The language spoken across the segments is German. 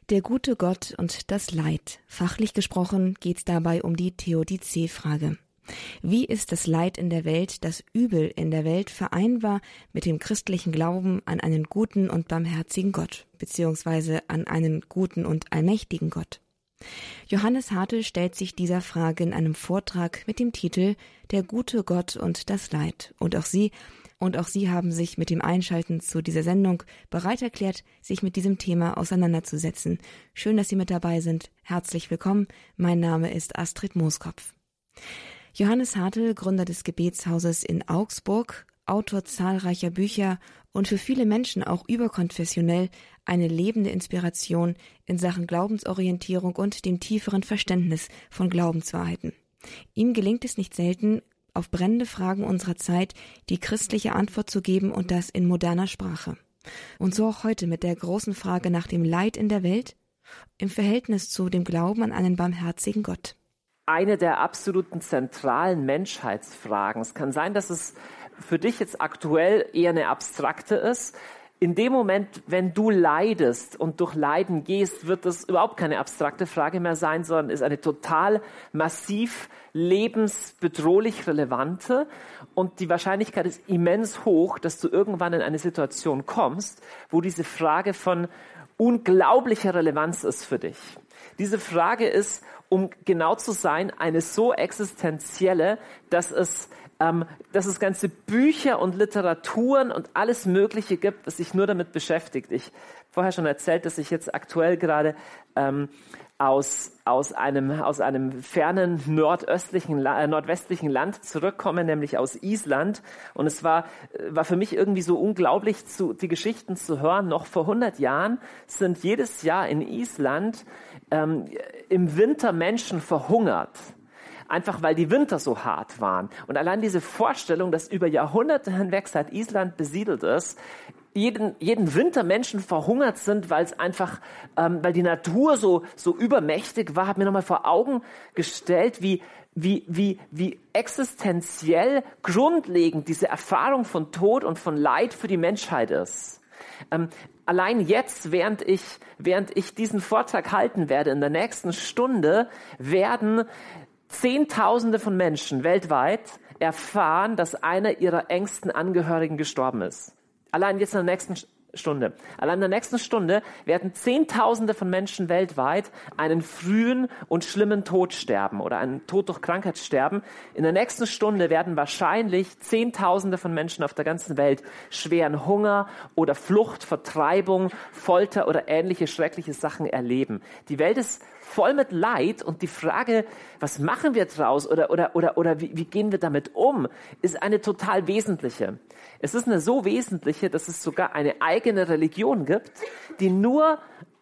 Der gute Gott und das Leid. Fachlich gesprochen geht es dabei um die Theodizee-Frage. Wie ist das Leid in der Welt, das Übel in der Welt vereinbar mit dem christlichen Glauben an einen guten und barmherzigen Gott, beziehungsweise an einen guten und allmächtigen Gott? Johannes Hartl stellt sich dieser Frage in einem Vortrag mit dem Titel Der gute Gott und das Leid. Und auch Sie haben sich mit dem Einschalten zu dieser Sendung bereit erklärt, sich mit diesem Thema auseinanderzusetzen. Schön, dass Sie mit dabei sind. Herzlich willkommen. Mein Name ist Astrid Mooskopf. Johannes Hartl, Gründer des Gebetshauses in Augsburg, Autor zahlreicher Bücher und für viele Menschen auch überkonfessionell eine lebende Inspiration in Sachen Glaubensorientierung und dem tieferen Verständnis von Glaubenswahrheiten. Ihm gelingt es nicht selten, auf brennende Fragen unserer Zeit die christliche Antwort zu geben und das in moderner Sprache. Und so auch heute mit der großen Frage nach dem Leid in der Welt im Verhältnis zu dem Glauben an einen barmherzigen Gott. Eine der absoluten zentralen Menschheitsfragen. Es kann sein, dass es für dich jetzt aktuell eher eine abstrakte ist. In dem Moment, wenn du leidest und durch Leiden gehst, wird das überhaupt keine abstrakte Frage mehr sein, sondern ist eine total massiv lebensbedrohlich relevante. Und die Wahrscheinlichkeit ist immens hoch, dass du irgendwann in eine Situation kommst, wo diese Frage von unglaublicher Relevanz ist für dich. Diese Frage ist, um genau zu sein, eine so existenzielle, dass es ganze Bücher und Literaturen und alles Mögliche gibt, was sich nur damit beschäftigt. Ich habe vorher schon erzählt, dass ich jetzt aktuell gerade aus einem fernen nordwestlichen Land zurückkomme, nämlich aus Island. Und es war für mich irgendwie so unglaublich, die Geschichten zu hören. Noch vor 100 Jahren sind jedes Jahr in Island im Winter Menschen verhungert. Einfach weil die Winter so hart waren. Und allein diese Vorstellung, dass über Jahrhunderte hinweg, seit Island besiedelt ist, jeden Winter Menschen verhungert sind, weil weil die Natur so übermächtig war, hat mir nochmal vor Augen gestellt, wie existenziell grundlegend diese Erfahrung von Tod und von Leid für die Menschheit ist. Allein jetzt, während ich diesen Vortrag halten werde, in der nächsten Stunde, werden Zehntausende von Menschen weltweit erfahren, dass einer ihrer engsten Angehörigen gestorben ist. Allein jetzt in der nächsten Stunde. Allein in der nächsten Stunde werden Zehntausende von Menschen weltweit einen frühen und schlimmen Tod sterben oder einen Tod durch Krankheit sterben. In der nächsten Stunde werden wahrscheinlich Zehntausende von Menschen auf der ganzen Welt schweren Hunger oder Flucht, Vertreibung, Folter oder ähnliche schreckliche Sachen erleben. Die Welt ist voll mit Leid und die Frage, was machen wir draus oder wie gehen wir damit um, ist eine total wesentliche. Es ist eine so wesentliche, dass es sogar eine eigene Religion gibt, die nur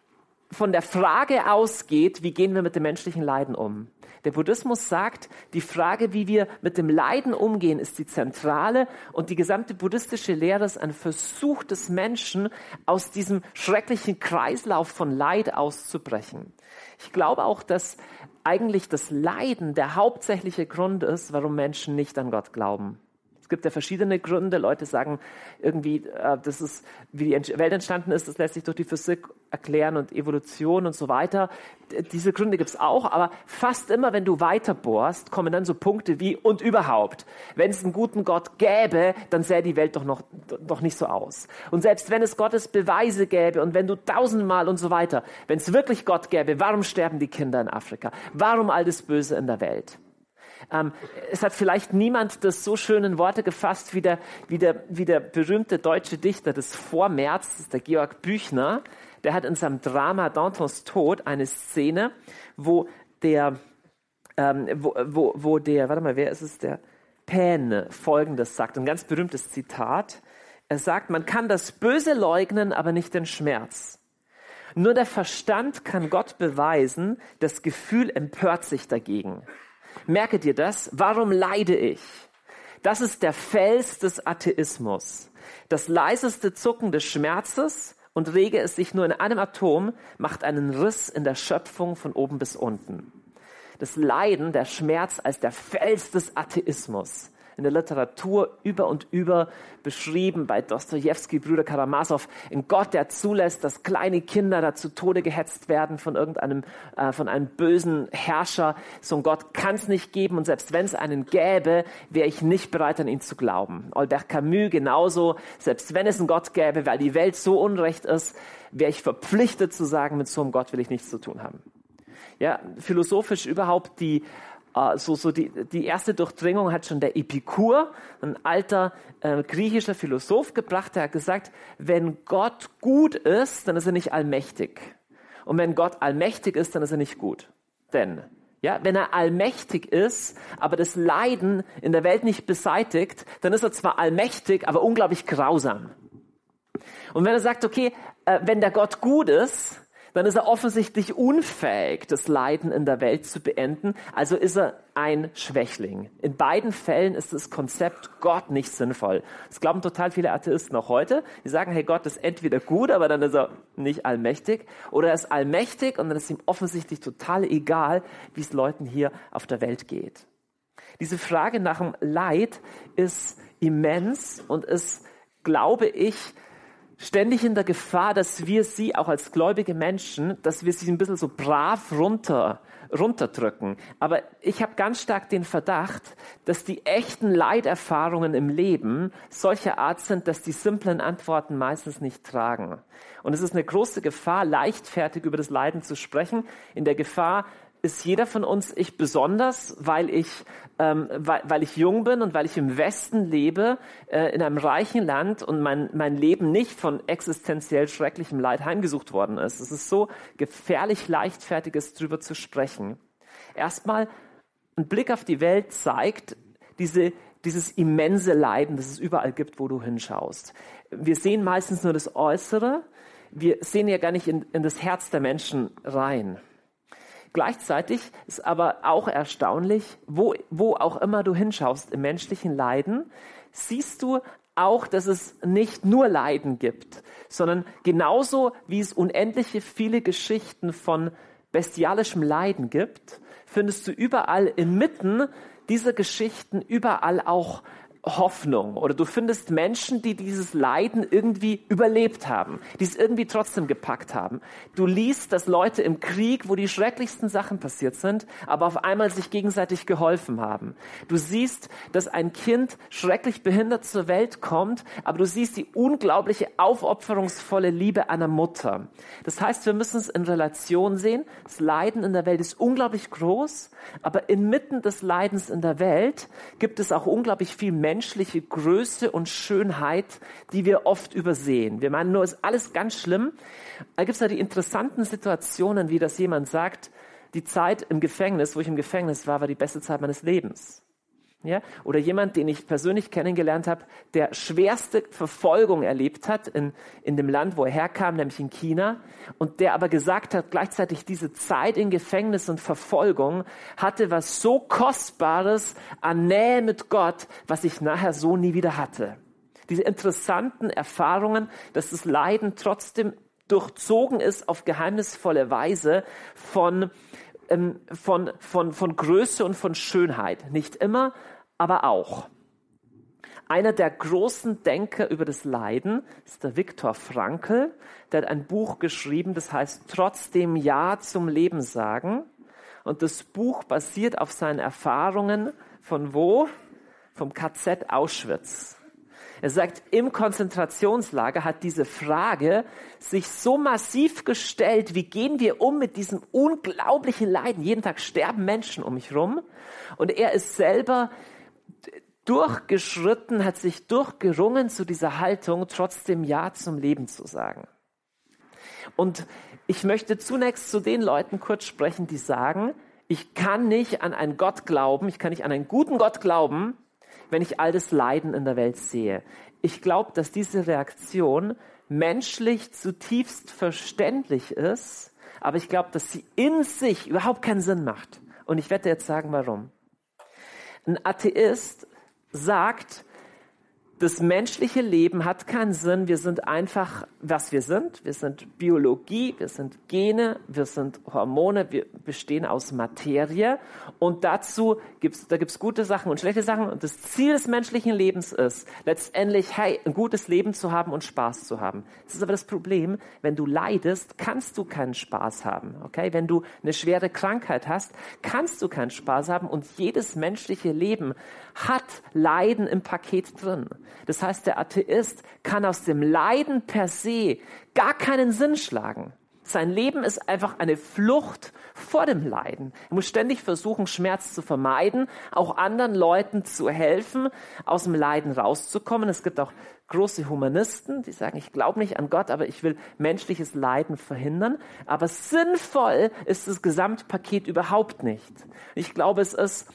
von der Frage ausgeht, wie gehen wir mit dem menschlichen Leiden um. Der Buddhismus sagt, die Frage, wie wir mit dem Leiden umgehen, ist die zentrale und die gesamte buddhistische Lehre ist ein Versuch des Menschen, aus diesem schrecklichen Kreislauf von Leid auszubrechen. Ich glaube auch, dass eigentlich das Leiden der hauptsächliche Grund ist, warum Menschen nicht an Gott glauben. Es gibt ja verschiedene Gründe. Leute sagen irgendwie, das ist, wie die Welt entstanden ist, das lässt sich durch die Physik erklären und Evolution und so weiter. Diese Gründe gibt es auch, aber fast immer, wenn du weiter bohrst, kommen dann so Punkte wie und überhaupt. Wenn es einen guten Gott gäbe, dann sähe die Welt doch nicht so aus. Und selbst wenn es Gottes Beweise gäbe und wenn du tausendmal und so weiter, wenn es wirklich Gott gäbe, warum sterben die Kinder in Afrika? Warum all das Böse in der Welt? Es hat vielleicht niemand das so schön in Worte gefasst wie der berühmte deutsche Dichter des Vormärz, der Georg Büchner. Der hat in seinem Drama Dantons Tod eine Szene, wo der Pähne Folgendes sagt, ein ganz berühmtes Zitat. Er sagt, man kann das Böse leugnen, aber nicht den Schmerz. Nur der Verstand kann Gott beweisen, das Gefühl empört sich dagegen. Merke dir das? Warum leide ich? Das ist der Fels des Atheismus. Das leiseste Zucken des Schmerzes und rege es sich nur in einem Atom, macht einen Riss in der Schöpfung von oben bis unten. Das Leiden, der Schmerz als der Fels des Atheismus. in der Literatur über und über beschrieben, bei Dostojewski, Brüder Karamasow, ein Gott, der zulässt, dass kleine Kinder da zu Tode gehetzt werden von von einem bösen Herrscher. So ein Gott kann es nicht geben, und selbst wenn es einen gäbe, wäre ich nicht bereit, an ihn zu glauben. Albert Camus genauso, selbst wenn es einen Gott gäbe, weil die Welt so unrecht ist, wäre ich verpflichtet zu sagen, mit so einem Gott will ich nichts zu tun haben. Ja, philosophisch überhaupt die erste Durchdringung hat schon der Epikur, ein alter griechischer Philosoph, gebracht. Der hat gesagt, wenn Gott gut ist, dann ist er nicht allmächtig. Und wenn Gott allmächtig ist, dann ist er nicht gut. Denn wenn er allmächtig ist, aber das Leiden in der Welt nicht beseitigt, dann ist er zwar allmächtig, aber unglaublich grausam. Und wenn er sagt, okay, wenn der Gott gut ist, dann ist er offensichtlich unfähig, das Leiden in der Welt zu beenden. Also ist er ein Schwächling. In beiden Fällen ist das Konzept Gott nicht sinnvoll. Das glauben total viele Atheisten auch heute. Die sagen, hey, Gott ist entweder gut, aber dann ist er nicht allmächtig. Oder er ist allmächtig und dann ist ihm offensichtlich total egal, wie es Leuten hier auf der Welt geht. Diese Frage nach dem Leid ist immens und ist, glaube ich, ständig in der Gefahr, dass wir sie auch als gläubige Menschen, dass wir sie ein bisschen so brav runterdrücken. Aber ich habe ganz stark den Verdacht, dass die echten Leiterfahrungen im Leben solcher Art sind, dass die simplen Antworten meistens nicht tragen. Und es ist eine große Gefahr, leichtfertig über das Leiden zu sprechen. In der Gefahr ist jeder von uns, ich besonders, weil ich jung bin und weil ich im Westen lebe, in einem reichen Land und mein Leben nicht von existenziell schrecklichem Leid heimgesucht worden ist. Es ist so gefährlich leichtfertiges drüber zu sprechen. Erstmal, ein Blick auf die Welt zeigt dieses immense Leiden, das es überall gibt, wo du hinschaust. Wir sehen meistens nur das Äußere, wir sehen ja gar nicht in das Herz der Menschen rein. Gleichzeitig ist aber auch erstaunlich, wo auch immer du hinschaust im menschlichen Leiden, siehst du auch, dass es nicht nur Leiden gibt, sondern genauso wie es unendliche viele Geschichten von bestialischem Leiden gibt, findest du überall inmitten dieser Geschichten überall auch Hoffnung, oder du findest Menschen, die dieses Leiden irgendwie überlebt haben, die es irgendwie trotzdem gepackt haben. Du liest, dass Leute im Krieg, wo die schrecklichsten Sachen passiert sind, aber auf einmal sich gegenseitig geholfen haben. Du siehst, dass ein Kind schrecklich behindert zur Welt kommt, aber du siehst die unglaubliche aufopferungsvolle Liebe einer Mutter. Das heißt, wir müssen es in Relation sehen. Das Leiden in der Welt ist unglaublich groß, aber inmitten des Leidens in der Welt gibt es auch unglaublich viel menschliche Größe und Schönheit, die wir oft übersehen. Wir meinen nur, ist alles ganz schlimm. Da gibt es ja die interessanten Situationen, wie das jemand sagt, die Zeit im Gefängnis, wo ich im Gefängnis war die beste Zeit meines Lebens. Ja? Oder jemand, den ich persönlich kennengelernt habe, der schwerste Verfolgung erlebt hat in dem Land, wo er herkam, nämlich in China, und der aber gesagt hat, gleichzeitig diese Zeit in Gefängnis und Verfolgung hatte was so Kostbares an Nähe mit Gott, was ich nachher so nie wieder hatte. Diese interessanten Erfahrungen, dass das Leiden trotzdem durchzogen ist auf geheimnisvolle Weise von Größe und von Schönheit. Nicht immer, aber auch. Einer der großen Denker über das Leiden ist der Viktor Frankl. Der hat ein Buch geschrieben, das heißt Trotzdem Ja zum Leben sagen. Und das Buch basiert auf seinen Erfahrungen von wo? Vom KZ Auschwitz. Er sagt, im Konzentrationslager hat diese Frage sich so massiv gestellt, wie gehen wir um mit diesem unglaublichen Leiden? Jeden Tag sterben Menschen um mich rum. Und er ist selber durchgeschritten, hat sich durchgerungen zu dieser Haltung, trotzdem Ja zum Leben zu sagen. Und ich möchte zunächst zu den Leuten kurz sprechen, die sagen, ich kann nicht an einen Gott glauben, ich kann nicht an einen guten Gott glauben, wenn ich all das Leiden in der Welt sehe. Ich glaube, dass diese Reaktion menschlich zutiefst verständlich ist, aber ich glaube, dass sie in sich überhaupt keinen Sinn macht. Und ich werde jetzt sagen, warum. Ein Atheist sagt, Das menschliche Leben hat keinen Sinn. Wir sind einfach, was wir sind. Wir sind Biologie, wir sind Gene, wir sind Hormone, wir bestehen aus Materie. Und dazu gibt's gute Sachen und schlechte Sachen. Und das Ziel des menschlichen Lebens ist, letztendlich, hey, ein gutes Leben zu haben und Spaß zu haben. Das ist aber das Problem, wenn du leidest, kannst du keinen Spaß haben. Okay? Wenn du eine schwere Krankheit hast, kannst du keinen Spaß haben. Und jedes menschliche Leben hat Leiden im Paket drin. Das heißt, der Atheist kann aus dem Leiden per se gar keinen Sinn schlagen. Sein Leben ist einfach eine Flucht vor dem Leiden. Er muss ständig versuchen, Schmerz zu vermeiden, auch anderen Leuten zu helfen, aus dem Leiden rauszukommen. Es gibt auch große Humanisten, die sagen, ich glaube nicht an Gott, aber ich will menschliches Leiden verhindern. Aber sinnvoll ist das Gesamtpaket überhaupt nicht. Ich glaube, es ist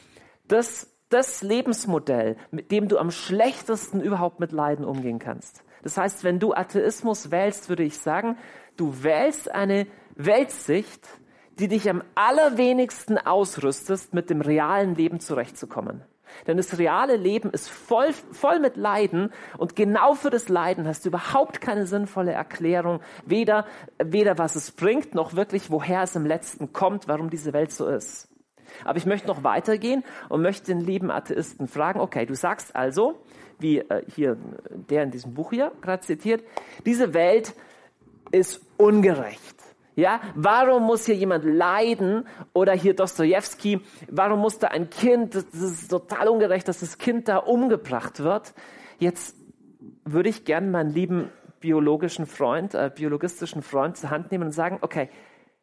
das Lebensmodell, mit dem du am schlechtesten überhaupt mit Leiden umgehen kannst. Das heißt, wenn du Atheismus wählst, würde ich sagen, du wählst eine Weltsicht, die dich am allerwenigsten ausrüstet, mit dem realen Leben zurechtzukommen. Denn das reale Leben ist voll mit Leiden und genau für das Leiden hast du überhaupt keine sinnvolle Erklärung, weder was es bringt, noch wirklich, woher es im Letzten kommt, warum diese Welt so ist. Aber ich möchte noch weitergehen und möchte den lieben Atheisten fragen, okay, du sagst also, wie hier der in diesem Buch hier gerade zitiert, diese Welt ist ungerecht. Ja, warum muss hier jemand leiden? Oder hier Dostojewski, warum muss da ein Kind, das ist total ungerecht, dass das Kind da umgebracht wird. Jetzt würde ich gerne meinen lieben biologistischen Freund zur Hand nehmen und sagen, okay,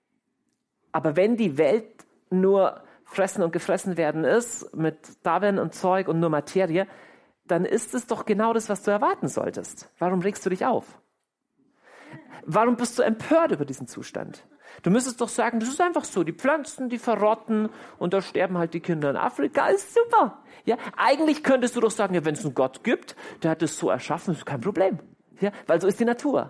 aber wenn die Welt nur fressen und gefressen werden ist, mit Darwin und Zeug und nur Materie, dann ist es doch genau das, was du erwarten solltest. Warum regst du dich auf? Warum bist du empört über diesen Zustand? Du müsstest doch sagen, das ist einfach so, die Pflanzen, die verrotten und da sterben halt die Kinder in Afrika, ist super. Ja, eigentlich könntest du doch sagen, ja, wenn es einen Gott gibt, der hat es so erschaffen, ist kein Problem. Ja, weil so ist die Natur.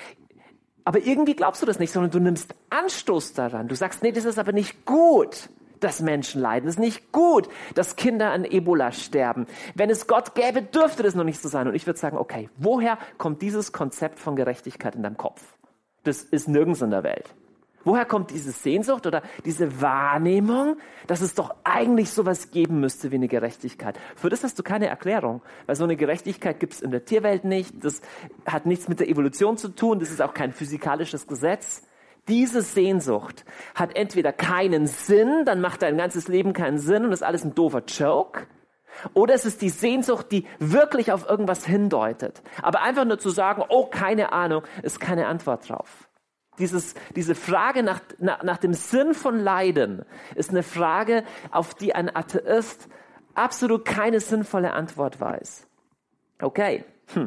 Aber irgendwie glaubst du das nicht, sondern du nimmst Anstoß daran. Du sagst, nee, das ist aber nicht gut, dass Menschen leiden. Es ist nicht gut, dass Kinder an Ebola sterben. Wenn es Gott gäbe, dürfte das noch nicht so sein. Und ich würde sagen, okay, woher kommt dieses Konzept von Gerechtigkeit in deinem Kopf? Das ist nirgends in der Welt. Woher kommt diese Sehnsucht oder diese Wahrnehmung, dass es doch eigentlich sowas geben müsste wie eine Gerechtigkeit? Für das hast du keine Erklärung, weil so eine Gerechtigkeit gibt es in der Tierwelt nicht. Das hat nichts mit der Evolution zu tun. Das ist auch kein physikalisches Gesetz. Diese Sehnsucht hat entweder keinen Sinn, dann macht dein ganzes Leben keinen Sinn und ist alles ein doofer Joke. Oder es ist die Sehnsucht, die wirklich auf irgendwas hindeutet. Aber einfach nur zu sagen, oh, keine Ahnung, ist keine Antwort drauf. Diese Frage nach dem Sinn von Leiden ist eine Frage, auf die ein Atheist absolut keine sinnvolle Antwort weiß. Okay,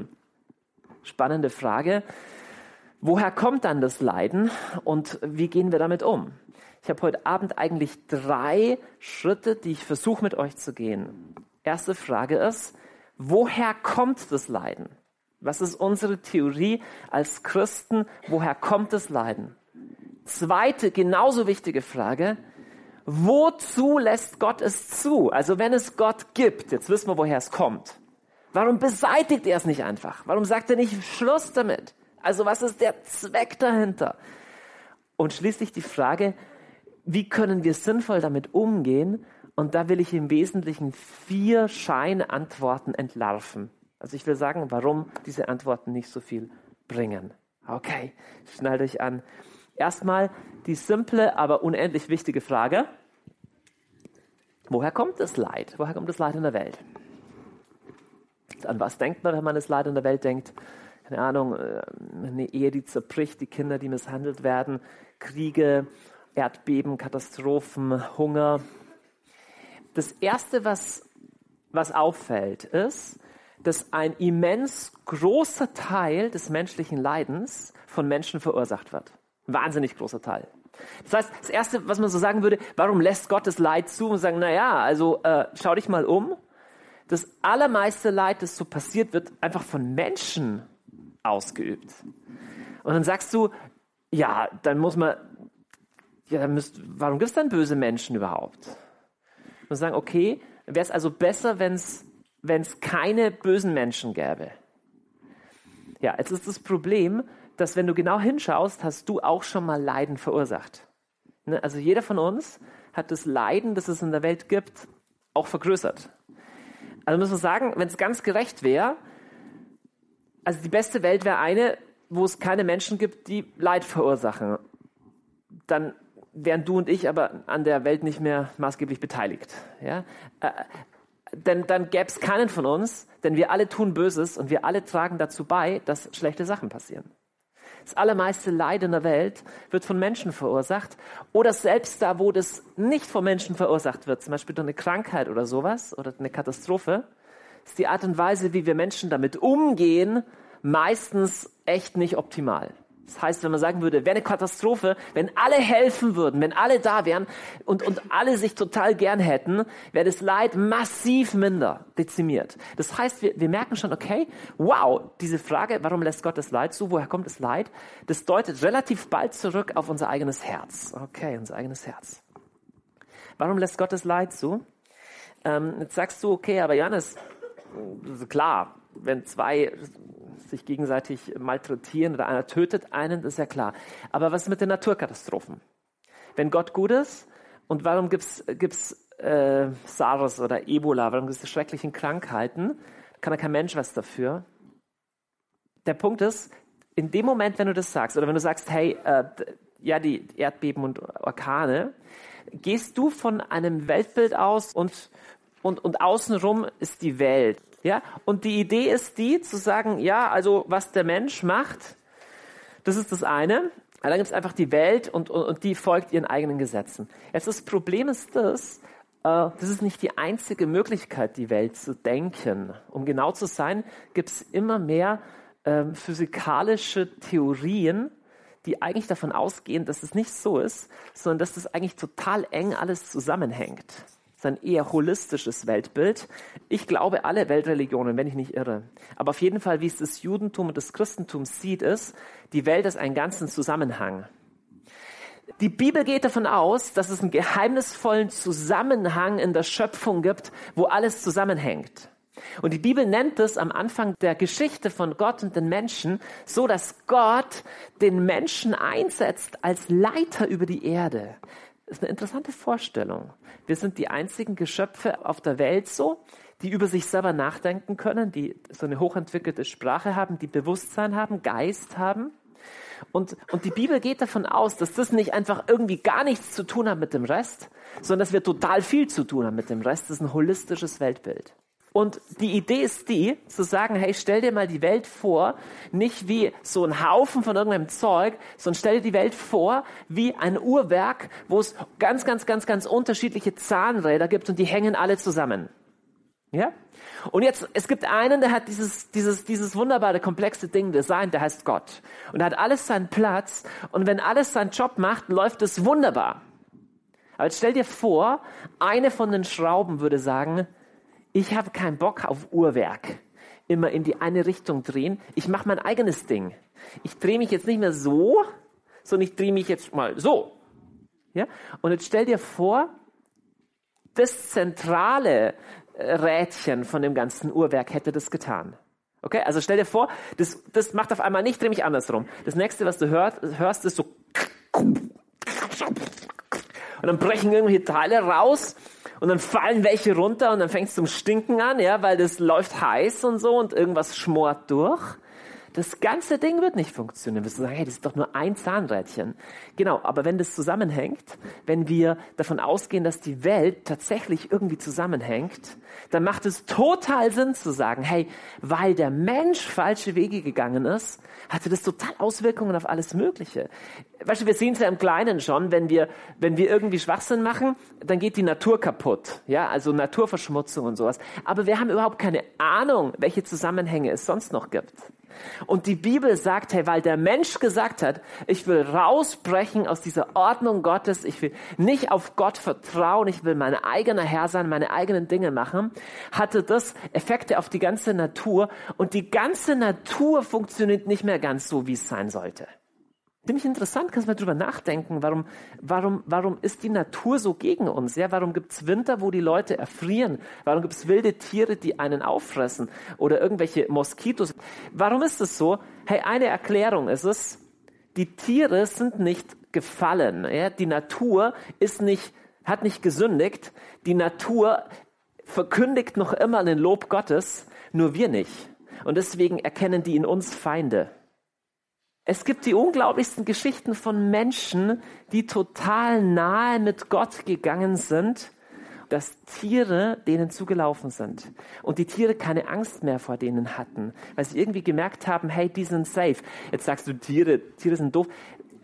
spannende Frage. Woher kommt dann das Leiden und wie gehen wir damit um? Ich habe heute Abend eigentlich 3 Schritte, die ich versuche mit euch zu gehen. Erste Frage ist, woher kommt das Leiden? Was ist unsere Theorie als Christen? Woher kommt das Leiden? Zweite, genauso wichtige Frage, wozu lässt Gott es zu? Also wenn es Gott gibt, jetzt wissen wir, woher es kommt. Warum beseitigt er es nicht einfach? Warum sagt er nicht Schluss damit? Also was ist der Zweck dahinter? Und schließlich die Frage, wie können wir sinnvoll damit umgehen? Und da will ich im Wesentlichen 4 Scheinantworten entlarven. Also ich will sagen, warum diese Antworten nicht so viel bringen. Okay, schnallt euch an. Erstmal die simple, aber unendlich wichtige Frage. Woher kommt das Leid? Woher kommt das Leid in der Welt? An was denkt man, wenn man das Leid in der Welt denkt? Keine Ahnung, eine Ehe, die zerbricht, die Kinder, die misshandelt werden, Kriege, Erdbeben, Katastrophen, Hunger. Das Erste, was auffällt, ist, dass ein immens großer Teil des menschlichen Leidens von Menschen verursacht wird. Ein wahnsinnig großer Teil. Das heißt, das Erste, was man so sagen würde, warum lässt Gott das Leid zu? Und sagen, schau dich mal um. Das allermeiste Leid, das so passiert, wird einfach von Menschen ausgeübt. Und dann sagst du, warum gibt es dann böse Menschen überhaupt? Und sagen, okay, wäre es also besser, wenn es wenn es keine bösen Menschen gäbe. Ja, jetzt ist das Problem, dass wenn du genau hinschaust, hast du auch schon mal Leiden verursacht. Ne? Also jeder von uns hat das Leiden, das es in der Welt gibt, auch vergrößert. Also muss man sagen, wenn es ganz gerecht wäre, also die beste Welt wäre eine, wo es keine Menschen gibt, die Leid verursachen. Dann wären du und ich aber an der Welt nicht mehr maßgeblich beteiligt. Ja? Denn dann gäbe es keinen von uns, denn wir alle tun Böses und wir alle tragen dazu bei, dass schlechte Sachen passieren. Das allermeiste Leid in der Welt wird von Menschen verursacht oder selbst da, wo das nicht von Menschen verursacht wird, zum Beispiel durch eine Krankheit oder sowas oder eine Katastrophe, ist die Art und Weise, wie wir Menschen damit umgehen, meistens echt nicht optimal. Das heißt, wenn man sagen würde, wäre eine Katastrophe, wenn alle helfen würden, wenn alle da wären und alle sich total gern hätten, wäre das Leid massiv minder dezimiert. Das heißt, wir merken schon, okay, wow, diese Frage, warum lässt Gott das Leid zu, woher kommt das Leid, das deutet relativ bald zurück auf unser eigenes Herz. Okay, unser eigenes Herz. Warum lässt Gott das Leid zu? Jetzt sagst du, okay, aber Johannes, klar, wenn zwei sich gegenseitig malträtieren oder einer tötet einen, das ist ja klar. Aber was ist mit den Naturkatastrophen? Wenn Gott gut ist, und warum gibt's SARS oder Ebola, warum gibt es schrecklichen Krankheiten? Kann ja kein Mensch was dafür. Der Punkt ist, in dem Moment, wenn du das sagst, oder wenn du sagst, hey, ja, die Erdbeben und Orkane, gehst du von einem Weltbild aus und außenrum ist die Welt. Ja, und die Idee ist die, zu sagen, ja, also was der Mensch macht, das ist das eine. Aber dann gibt es einfach die Welt und die folgt ihren eigenen Gesetzen. Jetzt das Problem ist das ist nicht die einzige Möglichkeit, die Welt zu denken. Um genau zu sein, gibt es immer mehr physikalische Theorien, die eigentlich davon ausgehen, dass es nicht so ist, sondern dass das eigentlich total eng alles zusammenhängt. Ein eher holistisches Weltbild. Ich glaube, alle Weltreligionen, wenn ich nicht irre. Aber auf jeden Fall, wie es das Judentum und das Christentum sieht, ist, die Welt ist einen ganzen Zusammenhang. Die Bibel geht davon aus, dass es einen geheimnisvollen Zusammenhang in der Schöpfung gibt, wo alles zusammenhängt. Und die Bibel nennt es am Anfang der Geschichte von Gott und den Menschen so, dass Gott den Menschen einsetzt als Leiter über die Erde. Das ist eine interessante Vorstellung. Wir sind die einzigen Geschöpfe auf der Welt so, die über sich selber nachdenken können, die so eine hochentwickelte Sprache haben, die Bewusstsein haben, Geist haben. Und die Bibel geht davon aus, dass das nicht einfach irgendwie gar nichts zu tun hat mit dem Rest, sondern dass wir total viel zu tun haben mit dem Rest. Das ist ein holistisches Weltbild. Und die Idee ist die, zu sagen, hey, stell dir mal die Welt vor, nicht wie so ein Haufen von irgendeinem Zeug, sondern stell dir die Welt vor wie ein Uhrwerk, wo es ganz, ganz, ganz, ganz unterschiedliche Zahnräder gibt und die hängen alle zusammen. Ja? Und jetzt, es gibt einen, der hat dieses wunderbare, komplexe Ding designt, der heißt Gott. Und er hat alles seinen Platz und wenn alles seinen Job macht, läuft es wunderbar. Aber jetzt stell dir vor, eine von den Schrauben würde sagen, ich habe keinen Bock auf Uhrwerk. Immer in die eine Richtung drehen. Ich mache mein eigenes Ding. Ich drehe mich jetzt nicht mehr so, sondern ich drehe mich jetzt mal so. Ja? Und jetzt stell dir vor, das zentrale Rädchen von dem ganzen Uhrwerk hätte das getan. Okay? Also stell dir vor, das macht auf einmal nicht, dreh mich andersrum. Das nächste, was du hörst, ist so. Und dann brechen irgendwelche Teile raus. Und dann fallen welche runter und dann fängt es zum Stinken an, ja, weil das läuft heiß und so und irgendwas schmort durch. Das ganze Ding wird nicht funktionieren. Wirst du sagen, hey, das ist doch nur ein Zahnrädchen. Genau, aber wenn das zusammenhängt, wenn wir davon ausgehen, dass die Welt tatsächlich irgendwie zusammenhängt, dann macht es total Sinn zu sagen, hey, weil der Mensch falsche Wege gegangen ist, hatte das total Auswirkungen auf alles Mögliche. Weißt du, wir sehen es ja im Kleinen schon, wenn wir irgendwie Schwachsinn machen, dann geht die Natur kaputt. Ja, also Naturverschmutzung und sowas. Aber wir haben überhaupt keine Ahnung, welche Zusammenhänge es sonst noch gibt. Und die Bibel sagt, hey, weil der Mensch gesagt hat, ich will rausbrechen aus dieser Ordnung Gottes, ich will nicht auf Gott vertrauen, ich will mein eigener Herr sein, meine eigenen Dinge machen, hatte das Effekte auf die ganze Natur und die ganze Natur funktioniert nicht mehr ganz so, wie es sein sollte. Ziemlich interessant, kannst du mal drüber nachdenken, warum ist die Natur so gegen uns? Ja, warum gibt es Winter, wo die Leute erfrieren? Warum gibt es wilde Tiere, die einen auffressen? Oder irgendwelche Moskitos? Warum ist es so? Hey, eine Erklärung ist es, die Tiere sind nicht gefallen. Ja? Die Natur hat nicht gesündigt. Die Natur verkündigt noch immer den Lob Gottes, nur wir nicht. Und deswegen erkennen die in uns Feinde. Es gibt die unglaublichsten Geschichten von Menschen, die total nahe mit Gott gegangen sind, dass Tiere denen zugelaufen sind. Und die Tiere keine Angst mehr vor denen hatten, weil sie irgendwie gemerkt haben, hey, die sind safe. Jetzt sagst du, Tiere sind doof.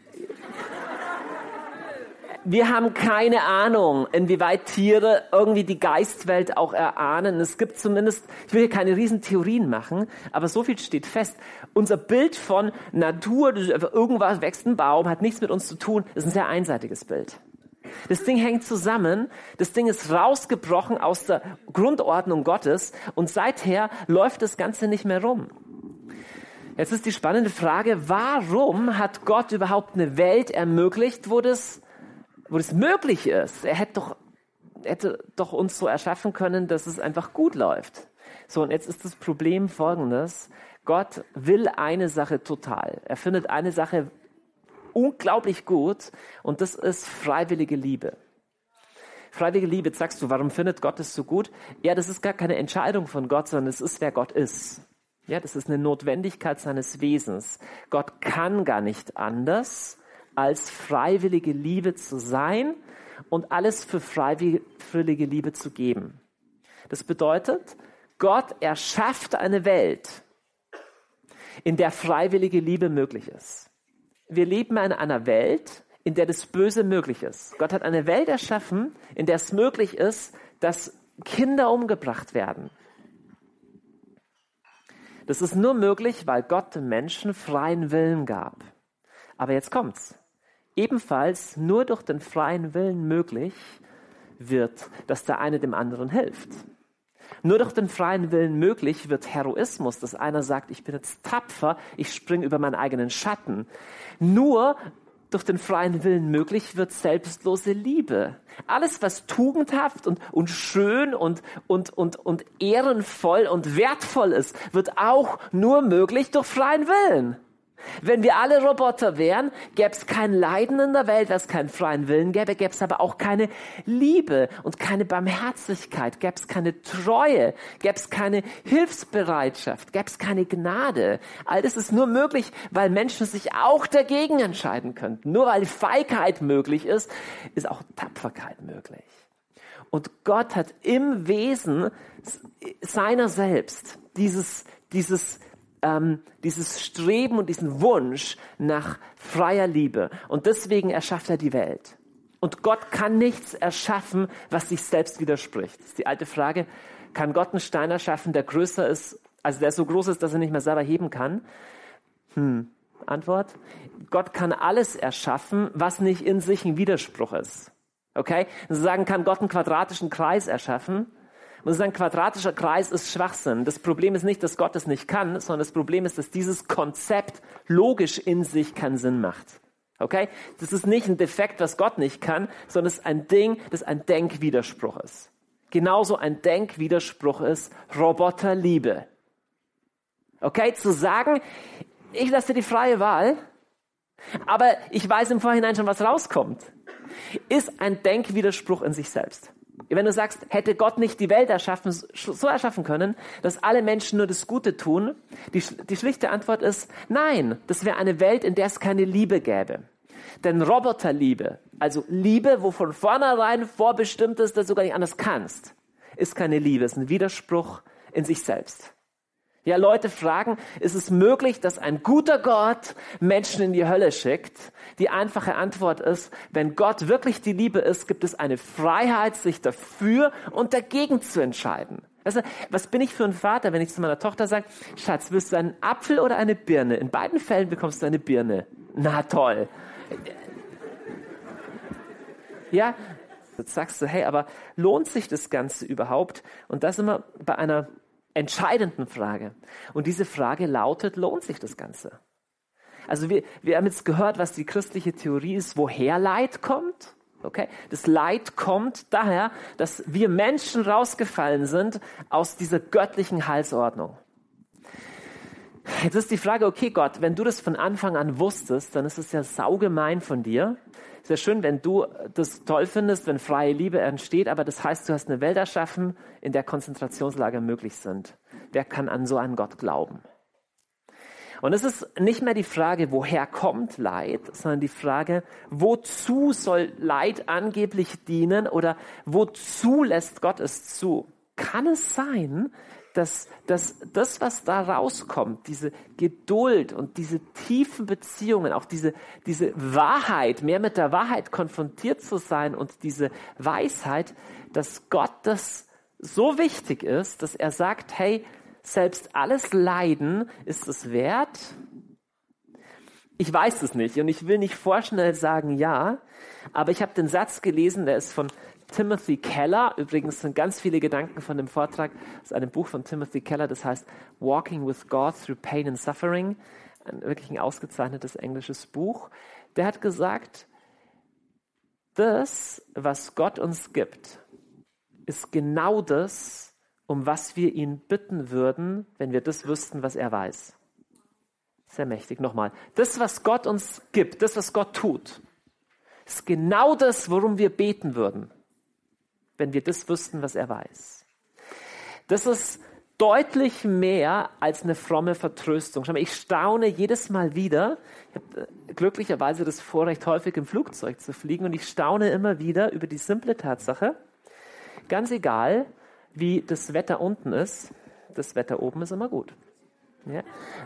Wir haben keine Ahnung, inwieweit Tiere irgendwie die Geistwelt auch erahnen. Es gibt zumindest, ich will hier keine Riesentheorien machen, aber so viel steht fest. Unser Bild von Natur, irgendwas wächst ein Baum, hat nichts mit uns zu tun, ist ein sehr einseitiges Bild. Das Ding hängt zusammen, das Ding ist rausgebrochen aus der Grundordnung Gottes und seither läuft das Ganze nicht mehr rum. Jetzt ist die spannende Frage, warum hat Gott überhaupt eine Welt ermöglicht, wo das möglich ist? Er hätte doch uns so erschaffen können, dass es einfach gut läuft. So, und jetzt ist das Problem folgendes. Gott will eine Sache total. Er findet eine Sache unglaublich gut und das ist freiwillige Liebe. Freiwillige Liebe, jetzt sagst du, warum findet Gott es so gut? Ja, das ist gar keine Entscheidung von Gott, sondern es ist, wer Gott ist. Ja, das ist eine Notwendigkeit seines Wesens. Gott kann gar nicht anders, als freiwillige Liebe zu sein und alles für freiwillige Liebe zu geben. Das bedeutet, Gott erschafft eine Welt, in der freiwillige Liebe möglich ist. Wir leben in einer Welt, in der das Böse möglich ist. Gott hat eine Welt erschaffen, in der es möglich ist, dass Kinder umgebracht werden. Das ist nur möglich, weil Gott dem Menschen freien Willen gab. Aber jetzt kommt's. Ebenfalls nur durch den freien Willen möglich wird, dass der eine dem anderen hilft. Nur durch den freien Willen möglich wird Heroismus, dass einer sagt, ich bin jetzt tapfer, ich springe über meinen eigenen Schatten. Nur durch den freien Willen möglich wird selbstlose Liebe. Alles, was tugendhaft und schön und ehrenvoll und wertvoll ist, wird auch nur möglich durch freien Willen. Wenn wir alle Roboter wären, gäbe es kein Leiden in der Welt, weil es keinen freien Willen gäbe, gäbe es aber auch keine Liebe und keine Barmherzigkeit, gäbe es keine Treue, gäbe es keine Hilfsbereitschaft, gäbe es keine Gnade. All das ist nur möglich, weil Menschen sich auch dagegen entscheiden könnten. Nur weil Feigheit möglich ist, ist auch Tapferkeit möglich. Und Gott hat im Wesen seiner selbst dieses Streben und diesen Wunsch nach freier Liebe. Und deswegen erschafft er die Welt. Und Gott kann nichts erschaffen, was sich selbst widerspricht. Das ist die alte Frage, kann Gott einen Stein erschaffen, der größer ist, also der so groß ist, dass er nicht mehr selber heben kann? Antwort, Gott kann alles erschaffen, was nicht in sich ein Widerspruch ist. Okay? Sie sagen, kann Gott einen quadratischen Kreis erschaffen? Und sagen, quadratischer Kreis ist Schwachsinn. Das Problem ist nicht, dass Gott es nicht kann, sondern das Problem ist, dass dieses Konzept logisch in sich keinen Sinn macht. Okay? Das ist nicht ein Defekt, was Gott nicht kann, sondern es ist ein Ding, das ein Denkwiderspruch ist. Genauso ein Denkwiderspruch ist Roboterliebe. Okay? Zu sagen, ich lasse dir die freie Wahl, aber ich weiß im Vorhinein schon, was rauskommt, ist ein Denkwiderspruch in sich selbst. Wenn du sagst, hätte Gott nicht die Welt so erschaffen können, dass alle Menschen nur das Gute tun, die schlichte Antwort ist, nein, das wäre eine Welt, in der es keine Liebe gäbe. Denn Roboterliebe, also Liebe, wo von vornherein vorbestimmt ist, dass du gar nicht anders kannst, ist keine Liebe, ist ein Widerspruch in sich selbst. Ja, Leute fragen, ist es möglich, dass ein guter Gott Menschen in die Hölle schickt? Die einfache Antwort ist, wenn Gott wirklich die Liebe ist, gibt es eine Freiheit, sich dafür und dagegen zu entscheiden. Also, was bin ich für ein Vater, wenn ich zu meiner Tochter sage, Schatz, willst du einen Apfel oder eine Birne? In beiden Fällen bekommst du eine Birne. Na toll. Ja, jetzt sagst du, hey, aber lohnt sich das Ganze überhaupt? Und da sind wir bei einer entscheidenden Frage. Und diese Frage lautet, lohnt sich das Ganze? Also wir haben jetzt gehört, was die christliche Theorie ist, woher Leid kommt. Okay? Das Leid kommt daher, dass wir Menschen rausgefallen sind aus dieser göttlichen Heilsordnung. Jetzt ist die Frage, okay Gott, wenn du das von Anfang an wusstest, dann ist es ja saugemein von dir. Ist ja schön, wenn du das toll findest, wenn freie Liebe entsteht, aber das heißt, du hast eine Welt erschaffen, in der Konzentrationslager möglich sind. Wer kann an so einen Gott glauben? Und es ist nicht mehr die Frage, woher kommt Leid, sondern die Frage, wozu soll Leid angeblich dienen oder wozu lässt Gott es zu? Kann es sein, dass das, was da rauskommt, diese Geduld und diese tiefen Beziehungen, auch diese Wahrheit, mehr mit der Wahrheit konfrontiert zu sein und diese Weisheit, dass Gott das so wichtig ist, dass er sagt, hey, selbst alles Leiden ist es wert? Ich weiß es nicht und ich will nicht vorschnell sagen ja, aber ich habe den Satz gelesen, der ist von Timothy Keller. Übrigens sind ganz viele Gedanken von dem Vortrag aus einem Buch von Timothy Keller, das heißt Walking with God Through Pain and Suffering. Wirklich ein ausgezeichnetes englisches Buch. Der hat gesagt, das, was Gott uns gibt, ist genau das, um was wir ihn bitten würden, wenn wir das wüssten, was er weiß. Sehr mächtig. Nochmal. Das, was Gott uns gibt, das, was Gott tut, ist genau das, worum wir beten würden, wenn wir das wüssten, was er weiß. Das ist deutlich mehr als eine fromme Vertröstung. Schau mal, ich staune jedes Mal wieder. Ich habe glücklicherweise das Vorrecht, häufig im Flugzeug zu fliegen und ich staune immer wieder über die simple Tatsache, ganz egal, wie das Wetter unten ist, das Wetter oben ist immer gut. Ja?